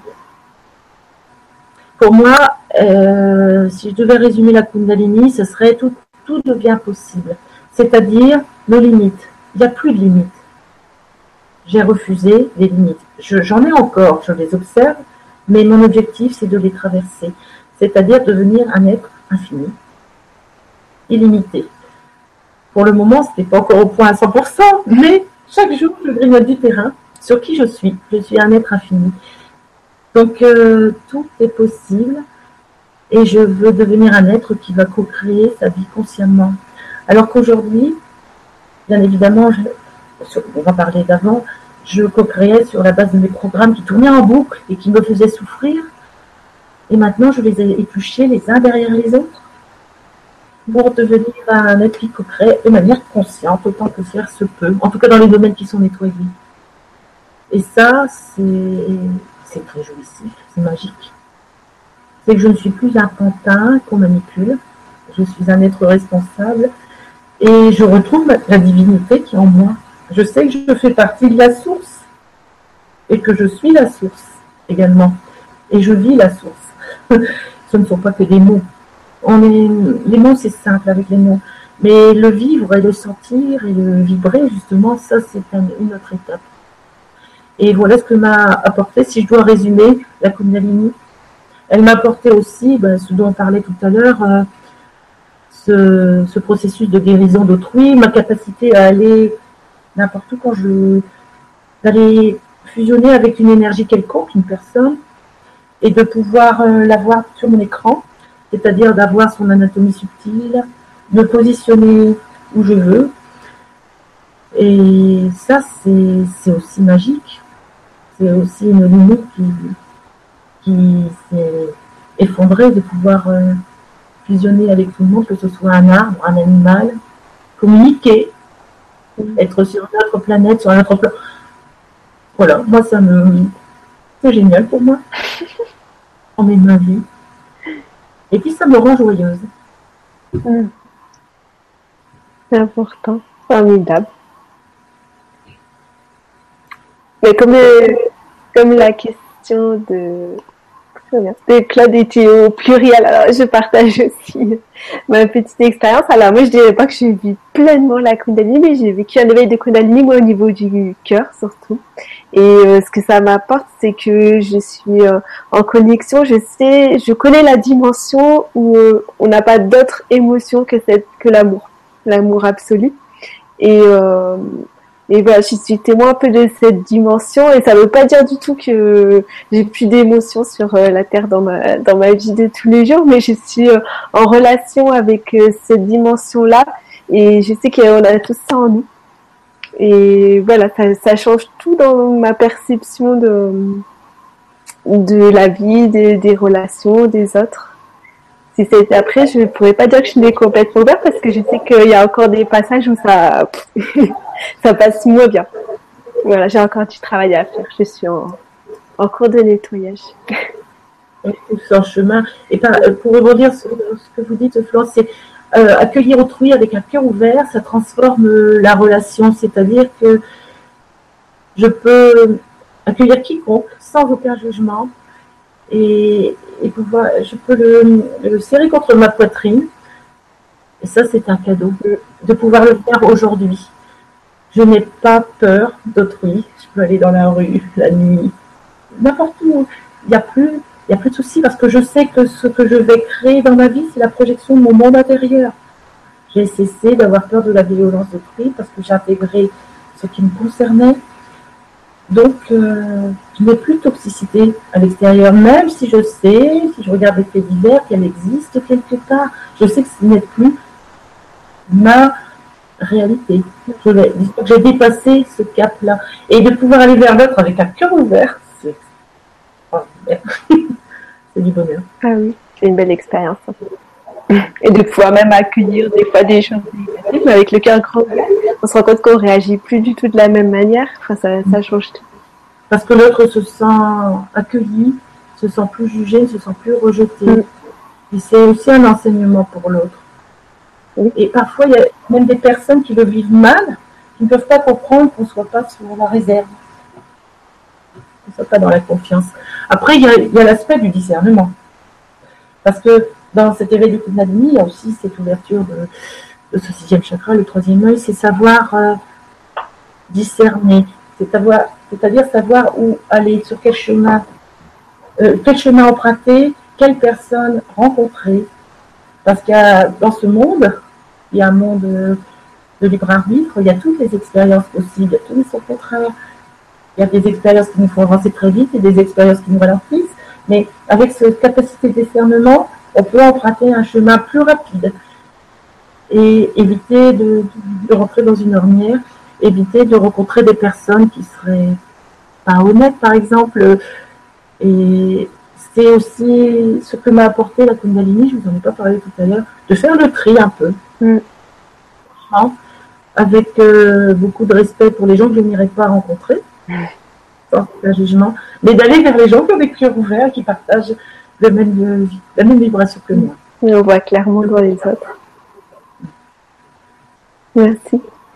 Pour moi, euh, si je devais résumer la Kundalini, ce serait tout, tout devient possible. C'est-à-dire nos limites. Il n'y a plus de limites. J'ai refusé les limites. Je, j'en ai encore, je les observe, mais mon objectif, c'est de les traverser. C'est-à-dire devenir un être infini, illimité. Pour le moment, ce n'est pas encore au point à cent pour cent, mais chaque jour, je grignote du terrain sur qui je suis. Je suis un être infini. Donc, euh, tout est possible et je veux devenir un être qui va co-créer sa vie consciemment. Alors qu'aujourd'hui, bien évidemment, je, on va parler d'avant, je co-créais sur la base de mes programmes qui tournaient en boucle et qui me faisaient souffrir. Et maintenant, je les ai épluchés les uns derrière les autres pour devenir un être qui co-crée de manière consciente, autant que faire se peut, en tout cas dans les domaines qui sont nettoyés. Et ça, c'est, c'est très jouissif, c'est magique. C'est que je ne suis plus un pantin qu'on manipule, je suis un être responsable et je retrouve la divinité qui est en moi. Je sais que je fais partie de la source et que je suis la source également. Et je vis la source. Ce ne sont pas que des mots. On est, les mots, c'est simple avec les mots. Mais le vivre et le sentir et le vibrer, justement, ça, c'est un, une autre étape. Et voilà ce que m'a apporté, si je dois résumer, la Kundalini. Elle m'a apporté aussi, ben, ce dont on parlait tout à l'heure, euh, ce, ce processus de guérison d'autrui, ma capacité à aller n'importe où quand je... d'aller fusionner avec une énergie quelconque, une personne, et de pouvoir euh, la voir sur mon écran, c'est-à-dire d'avoir son anatomie subtile, me positionner où je veux. Et ça, c'est, c'est aussi magique. C'est aussi une limite qui, qui s'est effondrée de pouvoir euh, fusionner avec tout le monde, que ce soit un arbre, un animal, communiquer, être sur une autre planète, sur un autre plan. Voilà, moi, ça me... c'est génial pour moi. On est ma vie. Et puis, ça me rend joyeuse. Mmh. C'est important, formidable. Mais comme, euh, comme la question de, de Claude était au pluriel, alors je partage aussi ma petite expérience. Alors moi, je dirais pas que je vis pleinement la Kundalini, mais j'ai vécu un éveil de Kundalini, moi, au niveau du cœur, surtout. Et euh, ce que ça m'apporte, c'est que je suis euh, en connexion, je sais, je connais la dimension où euh, on n'a pas d'autre émotion que cette, que l'amour, l'amour absolu. Et, euh, et voilà, je suis témoin un peu de cette dimension, et ça veut pas dire du tout que j'ai plus d'émotions sur euh, la terre dans ma dans ma vie de tous les jours, mais je suis euh, en relation avec euh, cette dimension-là, et je sais qu'on a tous ça en nous. Et voilà, ça, ça change tout dans ma perception de, de la vie, des, des relations, des autres. Si c'était après, je ne pourrais pas dire que je l'ai complètement ouvert parce que je sais qu'il y a encore des passages où ça, ça passe moins bien. Voilà, j'ai encore du travail à faire. Je suis en, en cours de nettoyage. C'est un chemin. Et par, pour rebondir sur ce que vous dites, Florence, c'est Euh, accueillir autrui avec un cœur ouvert, ça transforme la relation, c'est-à-dire que je peux accueillir quiconque sans aucun jugement et, et pouvoir, je peux le, le serrer contre ma poitrine. Et ça, c'est un cadeau de, de pouvoir le faire aujourd'hui. Je n'ai pas peur d'autrui. Je peux aller dans la rue la nuit, n'importe où. Il n'y a plus il n'y a plus de souci parce que je sais que ce que je vais créer dans ma vie, c'est la projection de mon monde intérieur. J'ai cessé d'avoir peur de la violence d'autrui parce que j'ai intégré ce qui me concernait. Donc, euh, je n'ai plus de toxicité à l'extérieur, même si je sais, si je regarde les faits divers, qu'elle existe quelque part. Je sais que ce n'est plus ma réalité. J'ai dépassé ce cap-là. Et de pouvoir aller vers l'autre avec un cœur ouvert, c'est c'est du bonheur. Ah oui, c'est une belle expérience. Et de pouvoir même accueillir des fois des choses négatives, mais avec le cœur grand ouvert, on se rend compte qu'on réagit plus du tout de la même manière. Enfin, ça, ça change tout. Parce que l'autre se sent accueilli, se sent plus jugé, se sent plus rejeté. Mm. Et c'est aussi un enseignement pour l'autre. Oui. Et parfois, il y a même des personnes qui le vivent mal, qui ne peuvent pas comprendre qu'on ne soit pas sur la réserve, qu'on ne soit pas dans la confiance. Après, il y a, il y a l'aspect du discernement. Parce que dans cet éveil de Kundalini, il y a aussi cette ouverture de, de ce sixième chakra, le troisième œil, c'est savoir euh, discerner, c'est savoir, c'est-à-dire savoir où aller, sur quel chemin, euh, quel chemin emprunter, quelle personne rencontrer. Parce qu'il y a dans ce monde, il y a un monde de libre arbitre, il y a toutes les expériences possibles, il y a tous les sens contraires. Il y a des expériences qui nous font avancer très vite et des expériences qui nous ralentissent. Mais avec cette capacité de discernement, on peut emprunter un chemin plus rapide et éviter de, de rentrer dans une ornière, éviter de rencontrer des personnes qui seraient pas honnêtes, par exemple. Et c'est aussi ce que m'a apporté la Kundalini, je vous en ai pas parlé tout à l'heure, de faire le tri un peu. Mm. Avec euh, beaucoup de respect pour les gens que je n'irai pas rencontrer, sans aucun jugement, mais d'aller vers les gens qui ont des cœurs ouverts, qui partagent la même, la même vibration que moi. Et on voit clairement dans les autres. Merci.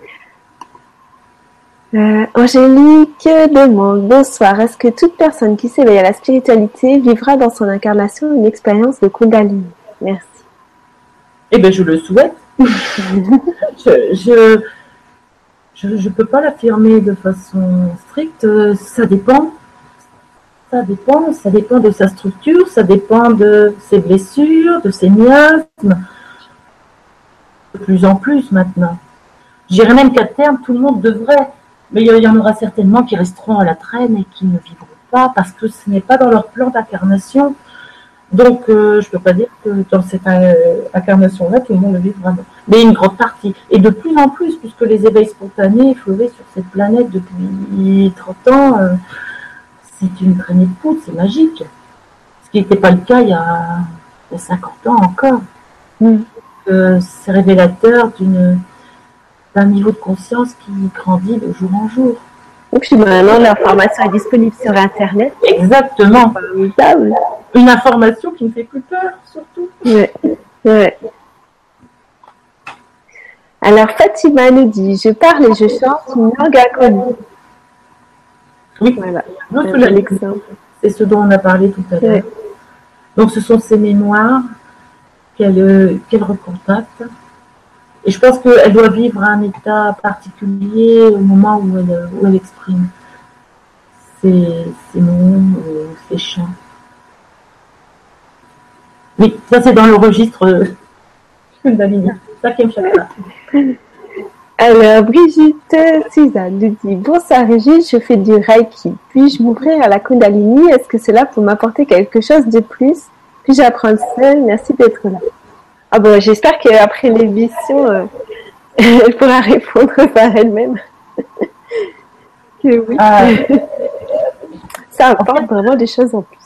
Euh, Angélique demande, bonsoir, est-ce que toute personne qui s'éveille à la spiritualité vivra dans son incarnation une expérience de Kundalini? Merci. Eh bien, je le souhaite. je je, je, je peux pas l'affirmer de façon stricte, ça dépend. Ça dépend, ça dépend de sa structure, ça dépend de ses blessures, de ses miasmes. De plus en plus maintenant. Je dirais même qu'à terme, tout le monde devrait. Mais il y en aura certainement qui resteront à la traîne et qui ne vivront pas parce que ce n'est pas dans leur plan d'incarnation. Donc, euh, je ne peux pas dire que dans cette euh, incarnation-là, tout le monde le vivra. Mais une grande partie. Et de plus en plus, puisque les éveils spontanés fleurissent sur cette planète depuis trente ans, euh, c'est une traînée de poudre, c'est magique. Ce qui n'était pas le cas il y a, il y a cinquante ans encore. Mm. Euh, c'est révélateur d'une... d'un niveau de conscience qui grandit de jour en jour. Et puis maintenant, l'information est disponible sur Internet. Exactement. Formidable. Une information qui ne fait plus peur, surtout. Ouais. Ouais. Alors, Fatima nous dit, je parle et je chante une langue inconnue. Oui, voilà. C'est ce dont on a parlé tout à l'heure. Ouais. Donc, ce sont ces mémoires qu'elle, qu'elle recontacte. Et je pense qu'elle doit vivre un état particulier au moment où elle, où elle exprime ses, ses mots, ses chants. Oui, ça c'est dans le registre Kundalini. Cinquième chakra. Alors, Brigitte Suzanne nous dit, bonsoir Régis, je fais du Reiki. Puis-je m'ouvrir à la Kundalini? Est-ce que c'est là pour m'apporter quelque chose de plus? Puis-je apprendre seule? Merci d'être là. Ah bon, j'espère qu'après l'émission, euh, elle pourra répondre par elle-même. Que oui. Ah. Ça apporte en fait, vraiment des choses en plus.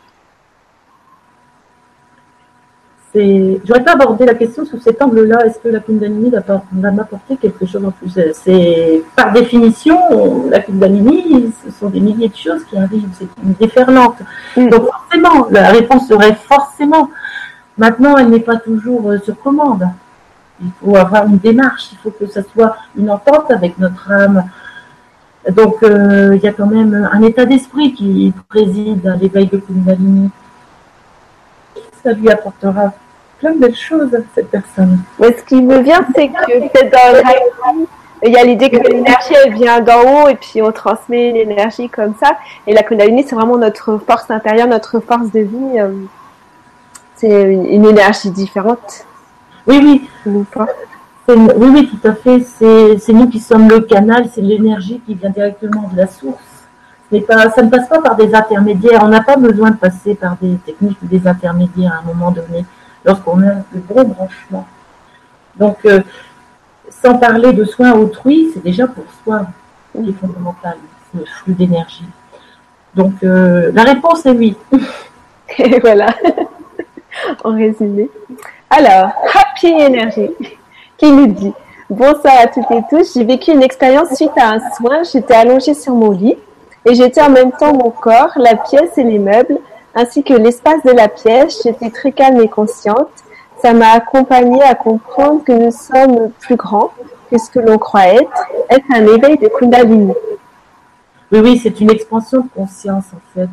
C'est... J'aurais pas abordé la question sous cet angle-là. Est-ce que la Kundalini va m'apporter quelque chose en plus? C'est par définition, la Kundalini, ce sont des milliers de choses qui arrivent. C'est une déferlante. Mm. Donc forcément, la réponse serait forcément. Maintenant, elle n'est pas toujours euh, sur commande. Il faut avoir une démarche, il faut que ça soit une entente avec notre âme. Donc, euh, il y a quand même un état d'esprit qui préside à l'éveil de Kundalini. Ça lui apportera plein de belles choses à cette personne. Mais ce qui me vient, c'est que peut-être dans le Reiki, Il y a l'idée que l'énergie, elle vient d'en haut et puis on transmet l'énergie comme ça. Et la Kundalini, c'est vraiment notre force intérieure, notre force de vie. Euh, c'est une, une énergie différente. Oui, oui. Une fois. Oui, oui, tout à fait. C'est nous qui sommes le canal, c'est l'énergie qui vient directement de la source. Pas, ça ne passe pas par des intermédiaires. On n'a pas besoin de passer par des techniques ou des intermédiaires à un moment donné, lorsqu'on a le bon branchement. Donc, euh, sans parler de soins autrui, c'est déjà pour soi qui est fondamental, le flux d'énergie. Donc, euh, la réponse est oui. Et voilà, en résumé. Alors, Happy Energy, qui nous dit « Bonsoir à toutes et tous, j'ai vécu une expérience suite à un soin, j'étais allongée sur mon lit et j'étais en même temps mon corps, la pièce et les meubles, ainsi que l'espace de la pièce, j'étais très calme et consciente. Ça m'a accompagnée à comprendre que nous sommes plus grands que ce que l'on croit être. Est-ce un éveil de Kundalini ?» Oui, oui, c'est une expansion de conscience en fait.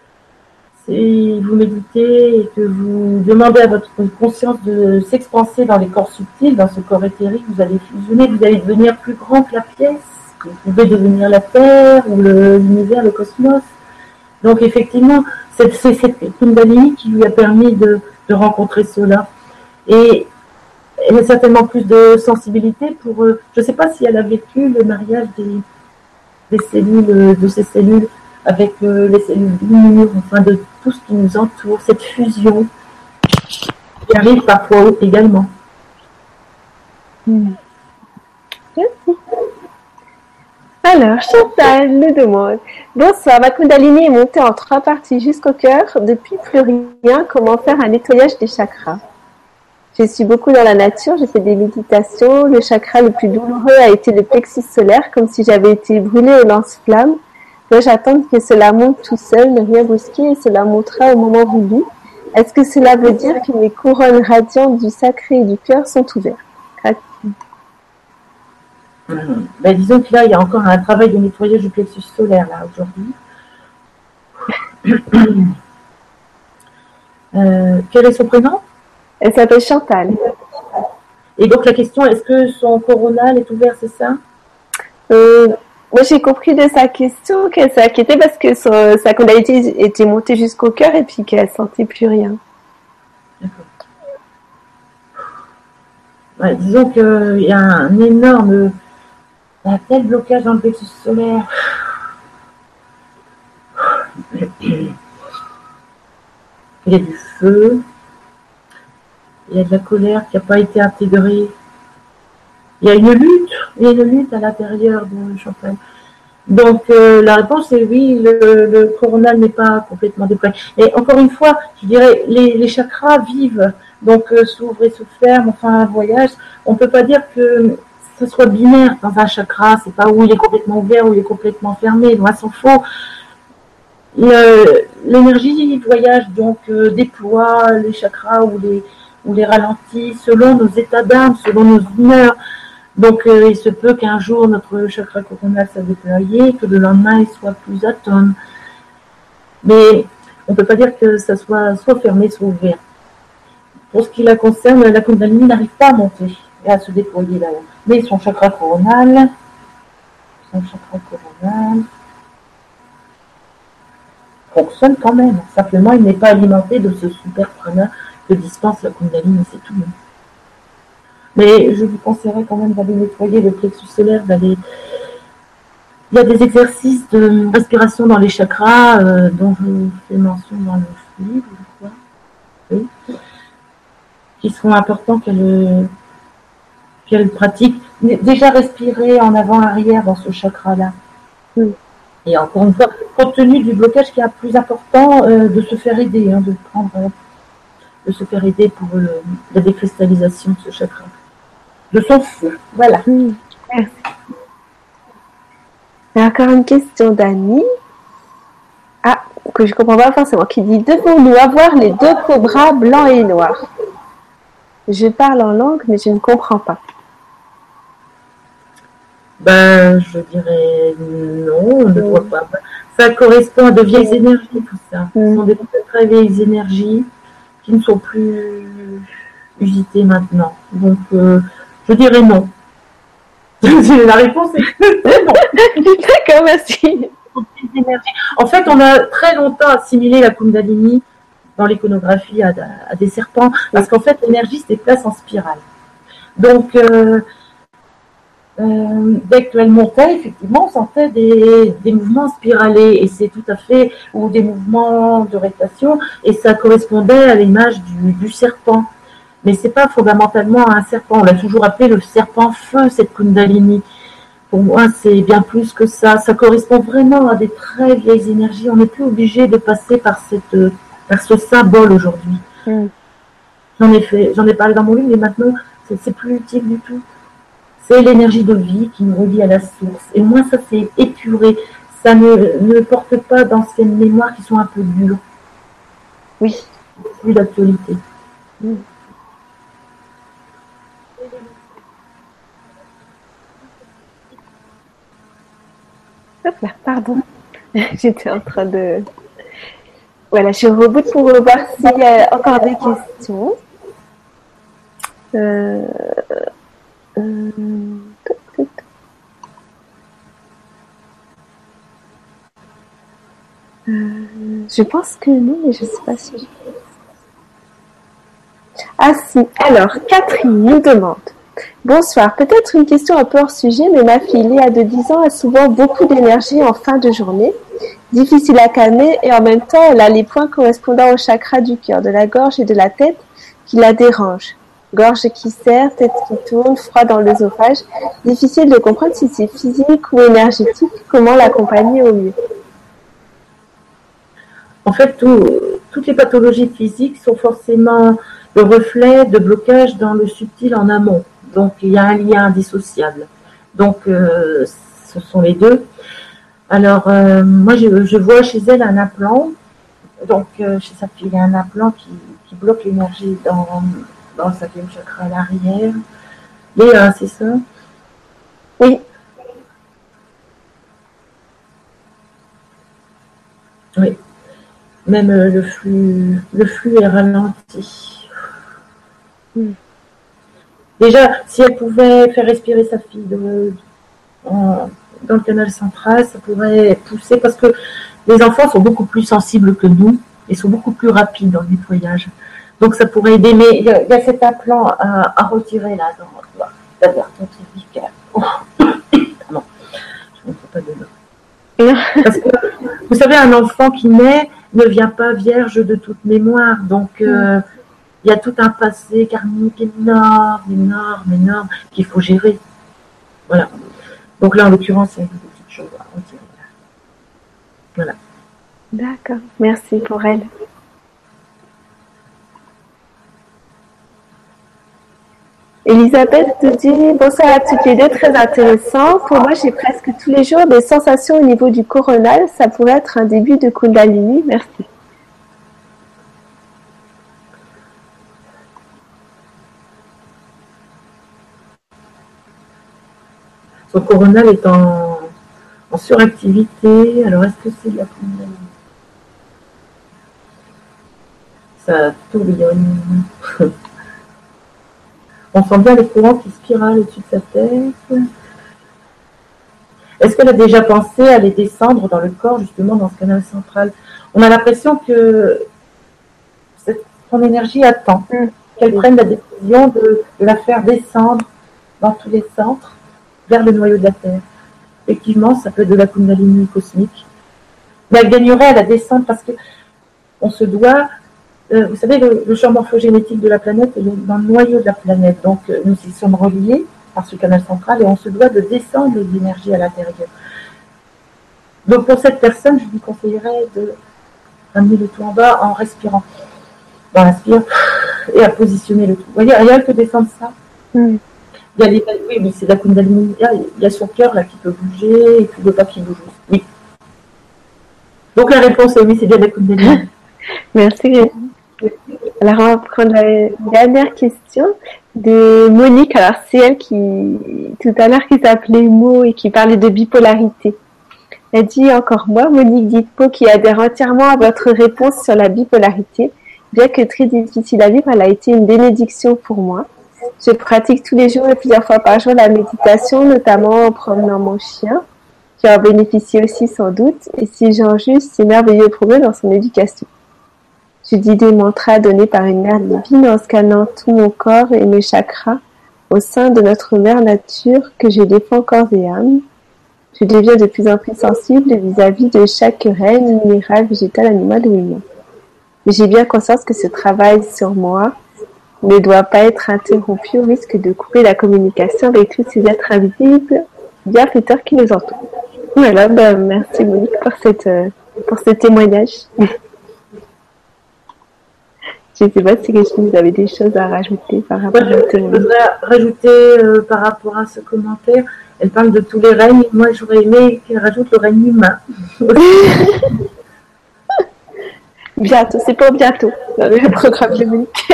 Si vous méditez et que vous demandez à votre conscience de s'expanser dans les corps subtils, dans ce corps éthérique, vous allez fusionner, vous allez devenir plus grand que la pièce. Vous pouvez devenir la Terre ou l'univers, le, le cosmos. Donc effectivement, c'est cette Kundalini qui lui a permis de, de rencontrer cela. Et elle a certainement plus de sensibilité pour... Euh, je ne sais pas si elle a vécu le mariage des, des cellules, de ces cellules avec euh, les cellules lumineuses, enfin de tout ce qui nous entoure, cette fusion qui arrive parfois également. Mmh. Merci. Alors, Chantal nous demande « Bonsoir, ma Kundalini est montée en trois parties jusqu'au cœur. Depuis plus rien, comment faire un nettoyage des chakras? Je suis beaucoup dans la nature, j'ai fait des méditations. Le chakra le plus douloureux a été le plexus solaire, comme si j'avais été brûlée au lance-flamme. Dois-je attendre que cela monte tout seul, ne rien brusquer et cela montera au moment voulu? Est-ce que cela veut dire que mes couronnes radiantes du sacré et du cœur sont ouvertes? » Hum, ben, disons que là, il y a encore un travail de nettoyage du plexus solaire, là, aujourd'hui. euh, quel est son prénom? Elle s'appelle Chantal. Et donc, la question, est-ce que son coronal est ouvert, c'est ça? euh, Moi, j'ai compris de sa question qu'elle s'inquiétait parce que son, sa Kundalini était montée jusqu'au cœur et puis qu'elle ne sentait plus rien. D'accord. Ouais, disons qu'il y a un énorme... un tel blocage dans le plexus solaire. Il y a du feu. Il y a de la colère qui n'a pas été intégrée. Il y a une lutte. Il y a une lutte à l'intérieur de Chantal. Donc, euh, la réponse est oui, le, le coronal n'est pas complètement déployé. Et encore une fois, je dirais, les, les chakras vivent. Donc, euh, s'ouvrent et se ferment, enfin, un voyage. On ne peut pas dire que ce soit binaire dans un chakra. C'est pas où il est complètement ouvert, où il est complètement fermé. Loin s'en faut. L'énergie voyage, donc, euh, déploie les chakras ou les... ou les ralentit selon nos états d'âme, selon nos humeurs. Donc, euh, il se peut qu'un jour, notre chakra coronal soit déployé, que le lendemain, il soit plus atone. Mais on ne peut pas dire que ça soit soit fermé, soit ouvert. Pour ce qui la concerne, la Kundalini n'arrive pas à monter et à se déployer là-haut. Mais son chakra coronal, son chakra coronal fonctionne quand même. Simplement, il n'est pas alimenté de ce super prana que dispense la Kundalini, c'est tout. Mais je vous conseillerais quand même d'aller nettoyer le plexus solaire, d'aller... Il y a des exercices de respiration dans les chakras, euh, dont je fais mention dans le livre, je crois, oui, qui seront importants qu'elle qu'elle pratique. Déjà respirer en avant-arrière dans ce chakra-là. Oui. Et encore une fois, compte tenu du blocage qui est plus important, euh, de se faire aider, hein, de prendre... Euh, de se faire aider pour le, la décristallisation de ce chakra. De son feu. Voilà. Mmh. Merci. Il y a encore une question d'Annie. Ah, que je ne comprends pas forcément, qui dit « Devons-nous avoir les deux cobras blancs et noirs ?» Je parle en langue, mais je ne comprends pas. Ben, je dirais non, on ne voit pas. Ça correspond à de vieilles énergies, tout ça. Ce mmh. sont des très, très vieilles énergies qui ne sont plus usitées maintenant. Donc, euh, je dirais non. La réponse est non. D'accord, merci. En fait, on a très longtemps assimilé la Kundalini dans l'iconographie à, à des serpents, parce qu'en fait, l'énergie se déplace en spirale. Donc, euh, euh, dès qu'elle montait, effectivement, on sentait des, des mouvements spiralés, et c'est tout à fait, ou des mouvements de rotation, et ça correspondait à l'image du, du serpent. Mais c'est pas fondamentalement un serpent. On l'a toujours appelé le serpent feu, cette Kundalini. Pour moi, c'est bien plus que ça. Ça correspond vraiment à des très vieilles énergies. On n'est plus obligé de passer par cette, par ce symbole aujourd'hui. Mm. J'en ai fait, j'en ai parlé dans mon livre, mais maintenant, c'est, c'est plus utile du tout. C'est l'énergie de vie qui nous relie à la source. Et moi, ça, c'est épuré. Ça ne, ne porte pas d'anciennes mémoires qui sont un peu dures. Oui. Plus d'actualité. Mm. Hop là, pardon. J'étais en train de... Voilà, je suis au reboot pour voir s'il y a encore des questions. Euh... Euh... Euh... Je pense que non, mais je ne sais pas si... Ah si, alors, Catherine nous demande... Bonsoir, peut-être une question un peu hors sujet, mais ma fille Léa de dix ans a souvent beaucoup d'énergie en fin de journée, difficile à calmer et en même temps elle a les points correspondant au chakra du cœur, de la gorge et de la tête qui la dérangent. Gorge qui serre, tête qui tourne, froid dans l'œsophage. Difficile de comprendre si c'est physique ou énergétique, comment l'accompagner au mieux. En fait, tout, toutes les pathologies physiques sont forcément le reflet de blocage dans le subtil en amont. Donc, il y a un lien indissociable. Donc, euh, ce sont les deux. Alors, euh, moi, je, je vois chez elle un implant. Donc, euh, chez sa fille, il y a un implant qui, qui bloque l'énergie dans, dans le cinquième chakra à l'arrière. Léa, c'est ça? Oui. Oui. Même euh, le flux, le flux est ralenti. Mm. Déjà, si elle pouvait faire respirer sa fille de, en, dans le canal central, ça pourrait pousser, parce que les enfants sont beaucoup plus sensibles que nous et sont beaucoup plus rapides dans le nettoyage. Donc ça pourrait aider, mais il y a, il y a cet implant à, à retirer là, dans la vertèbre cervicale. Oh. Pardon, je ne fais pas de l'eau. Parce que, vous savez, un enfant qui naît ne vient pas vierge de toute mémoire, donc... Euh, il y a tout un passé karmique énorme, énorme, énorme, qu'il faut gérer. Voilà. Donc là, en l'occurrence, il y a une petite chose à retirer. Voilà. D'accord. Merci pour elle. Elisabeth te dit bonsoir à toutes les deux, très intéressant. Pour moi, j'ai presque tous les jours des sensations au niveau du coronal. Ça pourrait être un début de Kundalini. Merci. Son coronal est en, en suractivité. Alors, est-ce que c'est de la Kundalini? Ça tourbillonne. On sent bien les courants qui spiralent au-dessus de sa tête. Est-ce qu'elle a déjà pensé à les descendre dans le corps, justement, dans ce canal central? On a l'impression que cette, son énergie attend qu'elle prenne la décision de, de la faire descendre dans tous les centres vers le noyau de la Terre. Effectivement, ça peut être de la Kundalini cosmique. Mais elle gagnerait à la descendre parce que on se doit, euh, vous savez, le, le champ morphogénétique de la planète est dans le noyau de la planète. Donc, euh, nous y sommes reliés par ce canal central et on se doit de descendre l'énergie à l'intérieur. Donc, pour cette personne, je lui conseillerais de ramener le tout en bas en respirant. On inspire et à positionner le tout. Vous voyez, rien que descendre ça. Mm. Il y a les, oui, mais c'est la Kundalini. Il y a son cœur là qui peut bouger et puis le pas qui bouge. Oui. Donc la réponse est oui, c'est bien la Kundalini. Merci. Alors on va prendre la dernière question de Monique. Alors c'est elle qui, tout à l'heure, qui s'appelait Mo et qui parlait de bipolarité. Elle dit encore moi, Monique Ditpo, qui adhère entièrement à votre réponse sur la bipolarité. Bien que très difficile à vivre, elle a été une bénédiction pour moi. Je pratique tous les jours et plusieurs fois par jour la méditation, notamment en promenant mon chien, qui en bénéficie aussi sans doute, et si j'en juge, c'est merveilleux progrès dans son éducation. Je dis des mantras donnés par une mère divine en scannant tout mon corps et mes chakras au sein de notre mère nature que je défends corps et âme. Je deviens de plus en plus sensible vis-à-vis de chaque règne, minéral, végétal, animal ou humain. Mais j'ai bien conscience que ce travail sur moi ne doit pas être interrompu au risque de couper la communication avec tous ces êtres invisibles, bienfaiteurs qui nous entourent. Voilà, ben, merci Monique pour, cette, pour ce témoignage. Je ne sais pas si vous avez des choses à rajouter par rapport Moi, à je, je voudrais rajouter euh, par rapport à ce commentaire. Elle parle de tous les règnes. Moi, j'aurais aimé qu'elle rajoute le règne humain. Bientôt, c'est pour bientôt, dans le programme de Monique.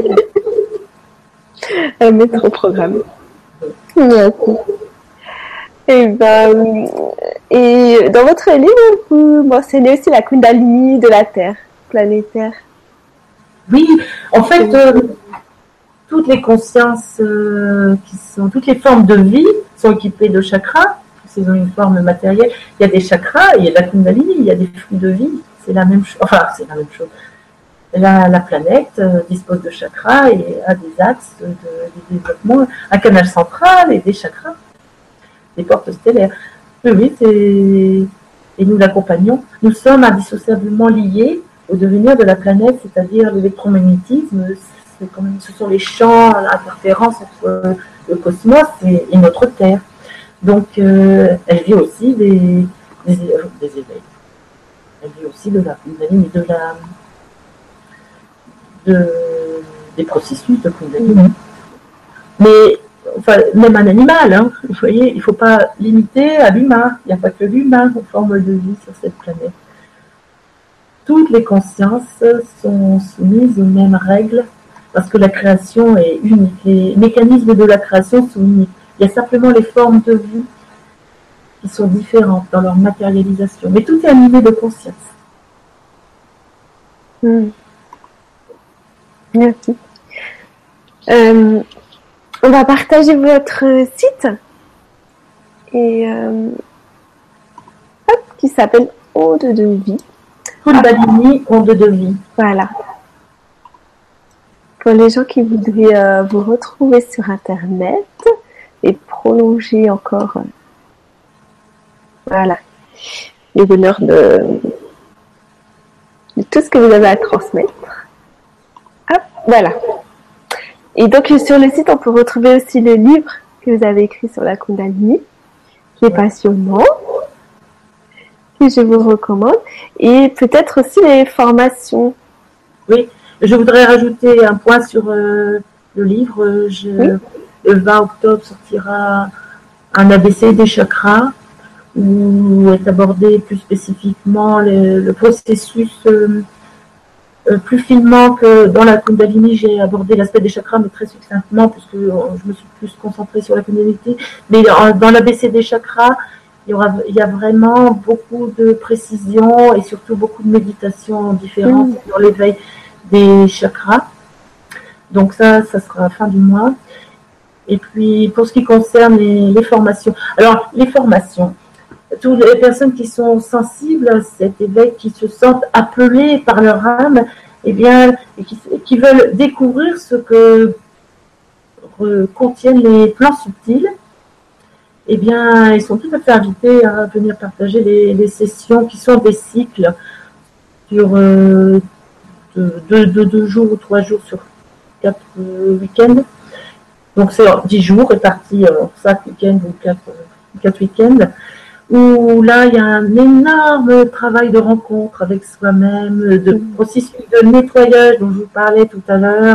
Elle met trop programme. Merci. Et, ben, et dans votre livre, vous mentionnez aussi la Kundalini de la Terre planétaire. Oui, en fait, euh, toutes les consciences euh, qui sont, toutes les formes de vie sont équipées de chakras. Ils ont une forme matérielle. Il y a des chakras, il y a de la Kundalini, il y a des flux de vie. C'est la même chose. Enfin, c'est la même chose. La, la planète euh, dispose de chakras et a des axes de, de développement, un canal central et des chakras, des portes stellaires. Oui, oui, c'est... et nous l'accompagnons. Nous sommes indissociablement liés au devenir de la planète, c'est-à-dire l'électromagnétisme. C'est quand même, ce sont les champs, l'interférence entre le cosmos et, et notre Terre. Donc, euh, elle vit aussi des, des, des éveils. Elle vit aussi de la Kundalini, de la, de, des processus de Kundalini. Mm-hmm. Mais, enfin, même un animal, hein, vous voyez, il ne faut pas limiter à l'humain. Il n'y a pas que l'humain en forme de vie sur cette planète. Toutes les consciences sont soumises aux mêmes règles parce que la création est unique. Les mécanismes de la création sont uniques. Il y a simplement les formes de vie qui sont différentes dans leur matérialisation. Mais tout est animé de conscience. Mmh. Merci. Euh, on va partager votre site et euh, hop, qui s'appelle Onde de vie. Kundalini, Onde de vie. Voilà. Pour les gens qui voudraient euh, vous retrouver sur Internet et prolonger encore euh, voilà, les bonheurs de, de tout ce que vous avez à transmettre. Hop, voilà. Et donc sur le site, on peut retrouver aussi le livre que vous avez écrit sur la Kundalini, qui est passionnant, que je vous recommande, et peut-être aussi les formations. Oui, je voudrais rajouter un point sur euh, le livre. Je, oui. Le vingt octobre sortira un A B C des chakras, où est abordé plus spécifiquement le, le processus euh, euh, plus finement que dans la Kundalini. J'ai abordé l'aspect des chakras, mais très succinctement, puisque euh, je me suis plus concentrée sur la Kundalini. Mais dans, dans l'A B C des chakras, il y, aura, il y a vraiment beaucoup de précision et surtout beaucoup de méditations différentes mmh. sur l'éveil des chakras. Donc ça, ça sera à la fin du mois. Et puis, pour ce qui concerne les, les formations. Alors, les formations, toutes les personnes qui sont sensibles à cet éveil, qui se sentent appelées par leur âme, eh bien, et qui, qui veulent découvrir ce que euh, contiennent les plans subtils, eh bien, ils sont tout à fait invités à venir partager les, les sessions qui sont des cycles sur euh, deux, deux, deux, deux jours ou trois jours sur quatre euh, week-ends. Donc, c'est dix jours répartis en cinq week-ends ou quatre, quatre week-ends, où là, il y a un énorme travail de rencontre avec soi-même, de processus de nettoyage dont je vous parlais tout à l'heure,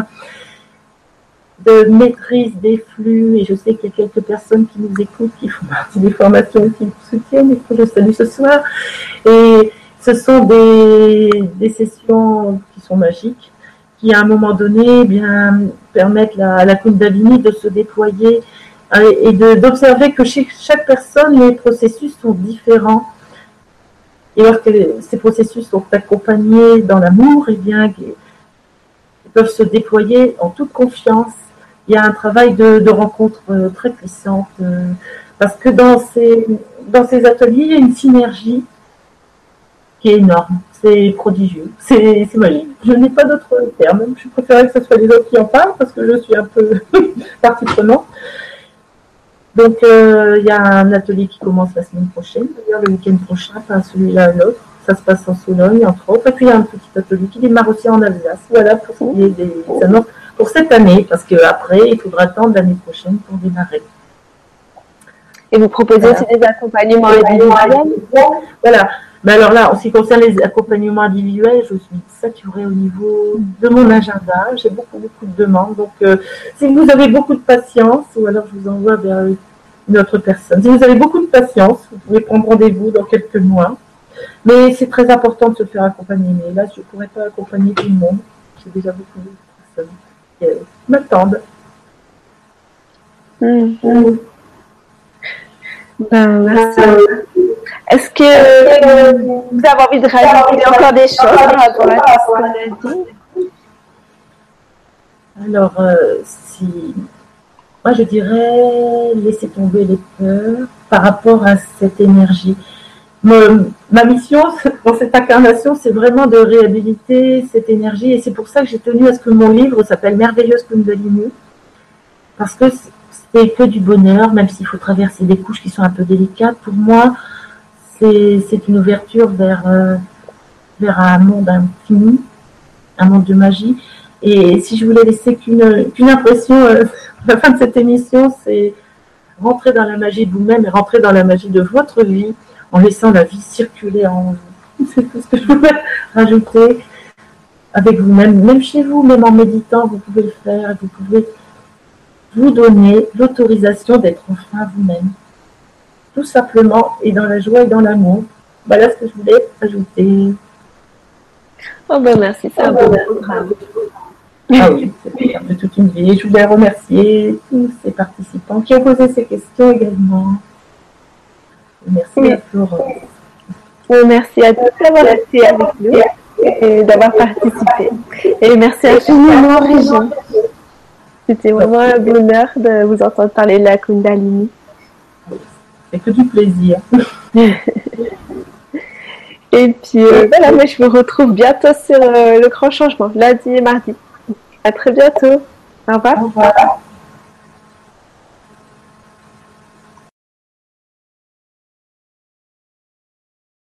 de maîtrise des flux. Et je sais qu'il y a quelques personnes qui nous écoutent, qui font partie des formations, qui nous soutiennent et que je salue ce soir. Et ce sont des, des sessions qui sont magiques, qui à un moment donné eh bien, permettent la, à la Kundalini de se déployer euh, et de, d'observer que chez chaque personne, les processus sont différents. Et lorsque les, ces processus sont accompagnés dans l'amour, eh bien, ils peuvent se déployer en toute confiance il y a un travail de, de rencontre euh, très puissante euh, parce que dans ces, dans ces ateliers, il y a une synergie qui est énorme. C'est prodigieux, c'est magique. Je n'ai pas d'autres termes. Je préférerais que ce soit les autres qui en parlent parce que je suis un peu partie prenante. Donc, euh, il y a un atelier qui commence la semaine prochaine, d'ailleurs le week-end prochain, pas celui-là l'autre. Ça se passe en Sologne, entre autres. Et puis, il y a un petit atelier qui démarre aussi en Alsace. Voilà, pour ce qui est des annonces pour cette année, parce qu'après, il faudra attendre l'année prochaine pour démarrer. Et vous proposez voilà. aussi des accompagnements individuels? Voilà. Mais alors là, en ce qui concerne les accompagnements individuels, je suis saturée au niveau de mon agenda. J'ai beaucoup, beaucoup de demandes. Donc, euh, si vous avez beaucoup de patience, ou alors je vous envoie vers une autre personne. Si vous avez beaucoup de patience, vous pouvez prendre rendez-vous dans quelques mois. Mais c'est très important de se faire accompagner. Mais là, je ne pourrais pas accompagner tout le monde. J'ai déjà beaucoup de personnes qui euh, m'attendent. Mmh. Mmh. Ben, merci. Est-ce que euh, vous avez envie de rajouter encore des choses par rapport à tout ce qu'on a dit? Alors, euh, si... moi je dirais laisser tomber les peurs par rapport à cette énergie. Mon, ma mission dans cette incarnation, c'est vraiment de réhabiliter cette énergie et c'est pour ça que j'ai tenu à ce que mon livre s'appelle Merveilleuse Kundalini, parce que c'est que du bonheur, même s'il faut traverser des couches qui sont un peu délicates. Pour moi, c'est une ouverture vers, euh, vers un monde infini, un monde de magie. Et si je voulais laisser qu'une qu'une impression euh, à la fin de cette émission, c'est rentrer dans la magie de vous-même et rentrer dans la magie de votre vie en laissant la vie circuler en vous. C'est tout ce que je voulais rajouter avec vous-même. Même chez vous, même en méditant, vous pouvez le faire. Vous pouvez vous donner l'autorisation d'être enfin vous-même. Tout simplement, et dans la joie et dans l'amour. Voilà ce que je voulais ajouter. Oh ben merci, c'est un beau programme. Ah oui, c'est un peu toute une vie. Je voulais remercier tous ces participants qui ont posé ces questions également. Merci oui. à Florence. Merci à tous d'avoir été avec nous et d'avoir participé. Et merci infiniment, Régine. C'était vraiment un bonheur de vous entendre parler de la Kundalini. C'est que du plaisir. Et puis euh, voilà, mais je vous retrouve bientôt sur euh, le grand changement, lundi et mardi. À très bientôt. Au revoir. Au revoir.